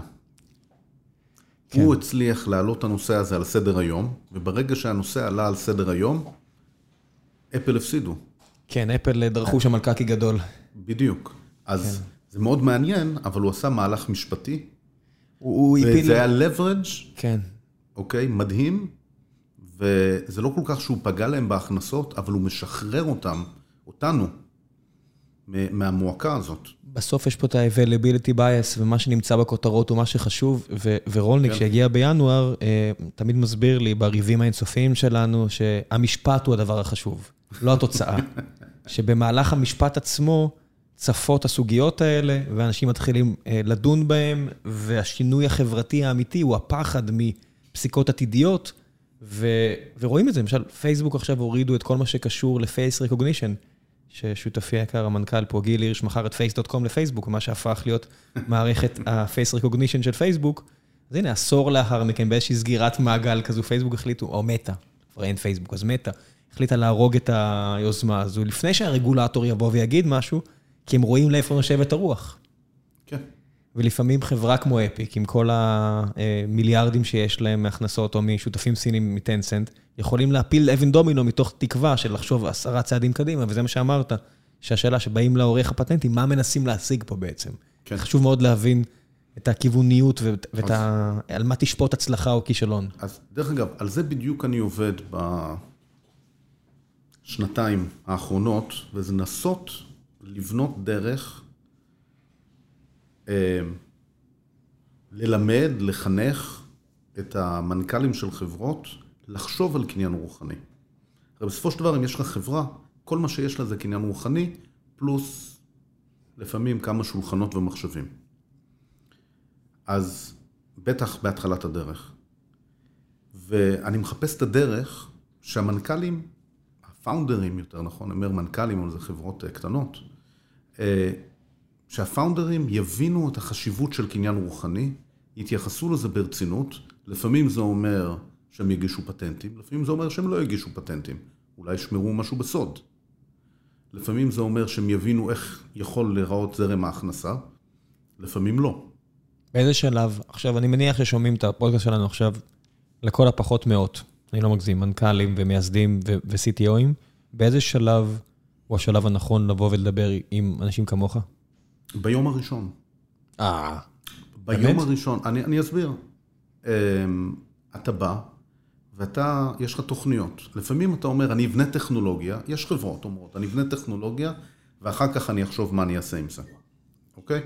כן. הוא הצליח להעלות את הנושא הזה על סדר היום, וברגע שהנושא עלה על סדר היום, אפל הפסידו. כן, אפל דרכו שם על קקי גדול. בדיוק. אז זה מאוד מעניין, אבל הוא עשה מהלך משפטי. וזה היה leverage, כן. אוקיי, מדהים, וזה לא כל כך שהוא פגע להם בהכנסות, אבל הוא משחרר אותנו, מהמועקה הזאת. בסוף יש פה את ה-availability bias, ומה שנמצא בכותרות הוא מה שחשוב, ורולניק שהגיע בינואר, תמיד מסביר לי בריבים האינסופיים שלנו, שהמשפט הוא הדבר החשוב, לא התוצאה. שבמהלך המשפט עצמו, צפות הסוגיות האלה, ואנשים מתחילים לדון בהם, והשינוי החברתי האמיתי הוא הפחד מפסיקות עתידיות, ורואים את זה. למשל, פייסבוק עכשיו הורידו את כל מה שקשור לפייס ריקוגנישן, ששותפי היקר, המנכ"ל פה, גיל הירש, מכר את face.com לפייסבוק, מה שהפך להיות מערכת הפייס ריקוגנישן של פייסבוק. אז הנה, עשור לאחר מכן, באיזושהי סגירת מעגל כזו, פייסבוק החליטו, או מטא, כבר אין פייסבוק, אז מטא, החליטה להרוג את היוזמה הזו, לפני שהרגולטור יבוא ויגיד משהו, כי הם רואים לאיפה נושבת הרוח. כן. ולפעמים חברה כמו אפיק, עם כל המיליארדים שיש להם מהכנסות, או משותפים סינים מטנסנט, יכולים להפיל אבן דומינו מתוך תקווה של לחשוב 10 צעדים קדימה, וזה מה שאמרת, שהשאלה שבאים לעורך הפטנטים, מה מנסים להשיג פה בעצם? כן. חשוב מאוד להבין את הכיווניות, על מה תשפוט הצלחה או כישלון. אז דרך אגב, על זה בדיוק אני עובד בשנתיים האחרונות, וזה נסות לבנות דרך, ללמד, לחנך את המנכ"לים של חברות, לחשוב על קניין רוחני. הרי בסופו של דבר, אם יש לך חברה, כל מה שיש לה זה קניין רוחני, פלוס לפעמים כמה שולחנות ומחשבים. אז בטח בהתחלת הדרך. ואני מחפש את הדרך שהמנכ"לים, הפאונדרים יותר נכון, אני אומר מנכ"לים, אבל זה חברות קטנות, שהפאונדרים יבינו את החשיבות של קניין רוחני, יתייחסו לזה ברצינות, לפעמים זה אומר שהם יגישו פטנטים, לפעמים זה אומר שהם לא יגישו פטנטים, אולי ישמרו משהו בסוד. לפעמים זה אומר שהם יבינו איך יכול להיראות זרם ההכנסה, לפעמים לא. באיזה שלב, עכשיו אני מניח ששומעים את הפודקאסט שלנו עכשיו, לכל הפחות מאות, אני לא מגזים, מנכ"לים ומייסדים ו-CTOים, באיזה שלב הוא השלב הנכון לבוא ולדבר עם אנשים כמוך? ביום הראשון. ביום הראשון, אני אסביר. אתה בא, ואתה, יש לך תוכניות. לפעמים אתה אומר, אני אבנה טכנולוגיה, יש חברות אומרות, אני אבנה טכנולוגיה, ואחר כך אני אחשוב מה אני אעשה עם זה. אוקיי?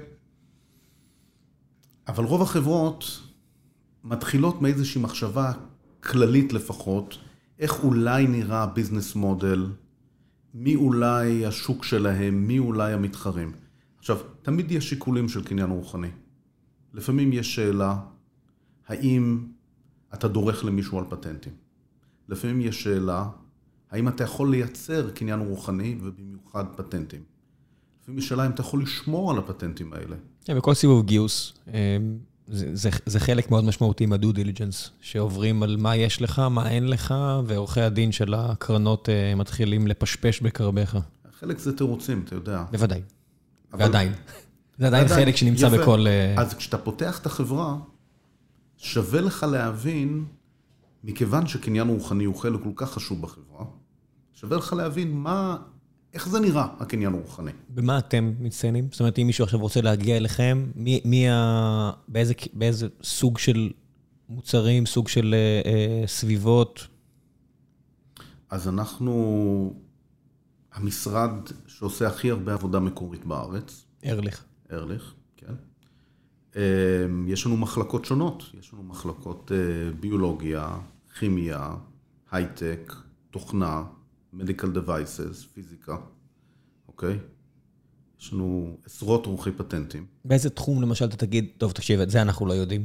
אבל רוב החברות מתחילות מאיזושהי מחשבה כללית לפחות, איך אולי נראה הביזנס מודל, מי אולי השוק שלהם, מי אולי המתחרים. עכשיו, תמיד יש שיקולים של קניין רוחני. לפעמים יש שאלה, האם אתה דורך למישהו על פטנטים? לפעמים יש שאלה, האם אתה יכול לייצר קניין רוחני ובמיוחד פטנטים? לפעמים יש שאלה, האם אתה יכול לשמור על הפטנטים האלה? כן, בכל סיבוב גיוס, זה חלק מאוד משמעותי מהדו דיליג'נס, שעוברים על מה יש לך, מה אין לך, ועורכי הדין של הקרנות מתחילים לפשפש בקרבך. חלק זה תירוצים, אתה יודע. בוודאי. ועדיין. זה עדיין חלק שנמצא בכל... אז כשאתה פותח את החברה, שווה לך להבין, מכיוון שקניין רוחני הוא חלק כל כך חשוב בחברה, שווה לך להבין איך זה נראה, הקניין הרוחני. במה אתם מציינים? זאת אומרת, אם מישהו עכשיו רוצה להגיע אליכם, באיזה סוג של מוצרים, סוג של סביבות? אז אנחנו, המשרד שעושה הכי הרבה עבודה מקורית בארץ. ארליך. ארליך, כן. יש לנו מחלקות שונות. יש לנו מחלקות ביולוגיה, כימיה, הייטק, תוכנה, medical devices, פיזיקה, אוקיי? יש לנו עשרות עורכי פטנטים. באיזה תחום למשל אתה תגיד, טוב תקשיב, את זה אנחנו לא יודעים?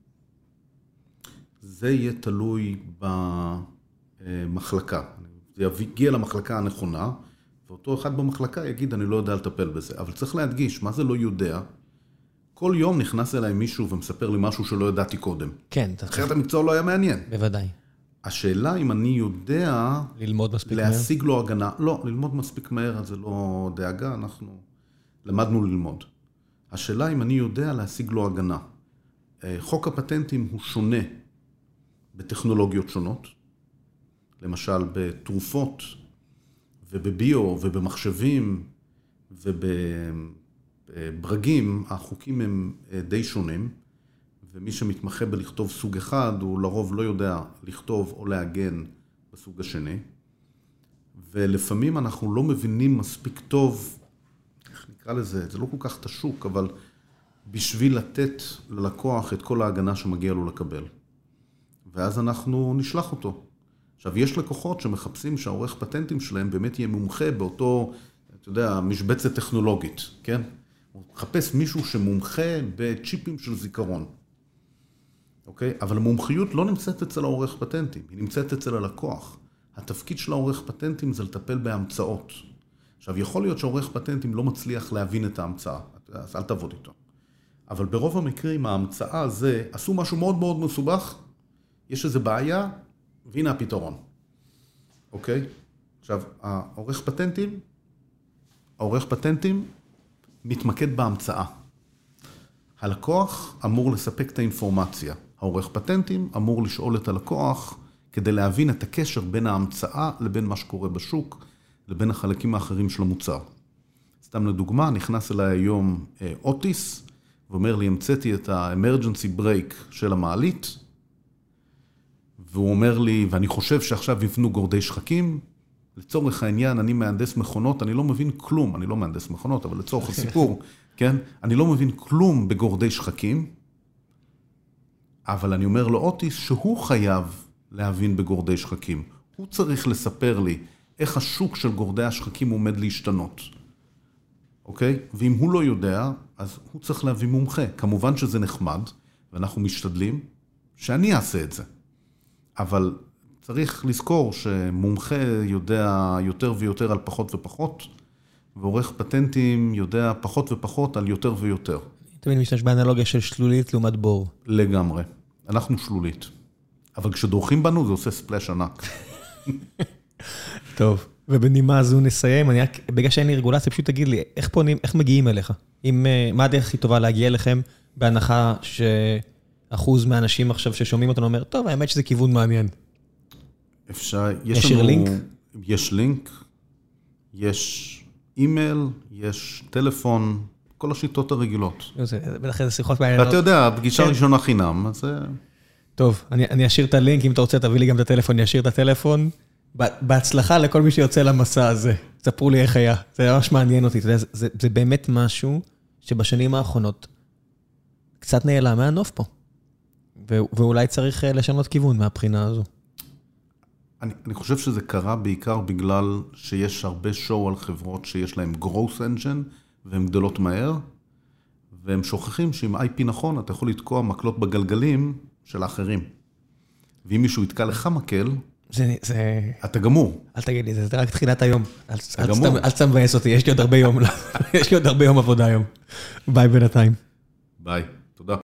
זה יהיה תלוי במחלקה. זה יגיע למחלקה הנכונה, ואותו אחד במחלקה יגיד, אני לא יודע לטפל בזה. אבל צריך להדגיש, מה זה לא יודע? כל יום נכנס אליי מישהו ומספר לי משהו שלא ידעתי קודם. כן. אחרת המקצוע לא היה מעניין. בוודאי. השאלה אם אני יודע... ללמוד מספיק מהר? להשיג לו הגנה. לא, ללמוד מספיק מהר, זה לא דאגה, אנחנו למדנו ללמוד. השאלה אם אני יודע להשיג לו הגנה. חוק הפטנטים הוא שונה בטכנולוגיות שונות. למשל, בתרופות ובביו ובמחשבים ובברגים, החוקים הם די שונים, ומי שמתמחה בלכתוב סוג אחד, הוא לרוב לא יודע לכתוב או להגן בסוג השני, ולפעמים אנחנו לא מבינים מספיק טוב, איך נקרא לזה, זה לא כל כך תשוק, אבל בשביל לתת ללקוח את כל ההגנה שמגיע לו לקבל. ואז אנחנו נשלח אותו. עכשיו, יש לקוחות שמחפשים שהעורך פטנטים שלהם באמת יהיה מומחה באותו, אתה יודע, משבצת טכנולוגית, כן? הוא מחפש מישהו שמומחה בצ'יפים של זיכרון. אוקיי? אבל המומחיות לא נמצאת אצל העורך פטנטים, היא נמצאת אצל הלקוח. התפקיד של העורך פטנטים זה לטפל בהמצאות. עכשיו, יכול להיות שהעורך פטנטים לא מצליח להבין את ההמצאה, אז אל תעבוד איתו. אבל ברוב המקרים, ההמצאה הזה, עשו משהו מאוד מאוד מסובך, יש איזו בעיה, והנה הפתרון. אוקיי? עכשיו, העורך פטנטים מתמקד בהמצאה. הלקוח אמור לספק את האינפורמציה. העורך פטנטים אמור לשאול את הלקוח כדי להבין את הקשר בין ההמצאה לבין מה שקורה בשוק, לבין החלקים האחרים של המוצר. סתם לדוגמה, נכנס אליי היום אוטיס, ואומר לי, המצאתי את ה-emergency brake של המעלית, והוא אומר לי, ואני חושב שעכשיו יבנו גורדי שחקים, לצורך העניין, אני מהנדס מכונות, אני לא מבין כלום, אני לא מהנדס מכונות, אבל לצורך הסיפור, כן? אני לא מבין כלום בגורדי שחקים, אבל אני אומר לו אוטיס שהוא חייב להבין בגורדי שחקים. הוא צריך לספר לי איך השוק של גורדי השחקים עומד להשתנות. אוקיי? ואם הוא לא יודע, אז הוא צריך להביא מומחה. כמובן שזה נחמד, ואנחנו משתדלים שאני אעשה את זה. אבל צריך לזכור שמומחה יודע יותר ויותר על פחות ופחות, ועורך פטנטים יודע פחות ופחות על יותר ויותר. תמיד משתמש באנלוגיה של שלולית לעומת בור. לגמרי. אנחנו שלולית. אבל כשדורכים בנו זה עושה ספלש ענק. טוב, ובנימה הזו נסיים. בגלל שאין לי רגולציה, פשוט תגיד לי, איך פונים, איך מגיעים אליך? מה הדרך הכי טובה להגיע אליכם, בהנחה שאחוז מהאנשים עכשיו ששומעים אותנו אומר, טוב, האמת שזה כיוון מעניין. אפשר, יש לינק? יש לינק, יש אימייל, יש טלפון, כל השיטות הרגילות. ולכן זה שיחות מעניינות. ואתה יודע, פגישה ראשונה חינם, אז זה... טוב, אני אשאיר את הלינק, אם אתה רוצה תביא לי גם את הטלפון, אני אשאיר את הטלפון. בהצלחה לכל מי שיוצא למסע הזה. ספרו לי איך היה, זה ממש מעניין אותי. זה באמת משהו שבשנים האחרונות קצת נעלם מהנוף פה. ואולי צריך לשנות כיוון מהבחינה הזו. אני חושב שזה קרה בעיקר בגלל שיש הרבה שואו על חברות שיש להם growth engine, והן גדלות מהר, והם שוכחים שעם IP נכון, אתה יכול לתקוע מקלות בגלגלים של האחרים. ואם מישהו יתקע לך מקל, אתה גמור. אל תגיד לי, זה רק תחילת היום. אל תמבאס אותי, יש לי עוד הרבה יום עבודה היום. ביי בינתיים. ביי.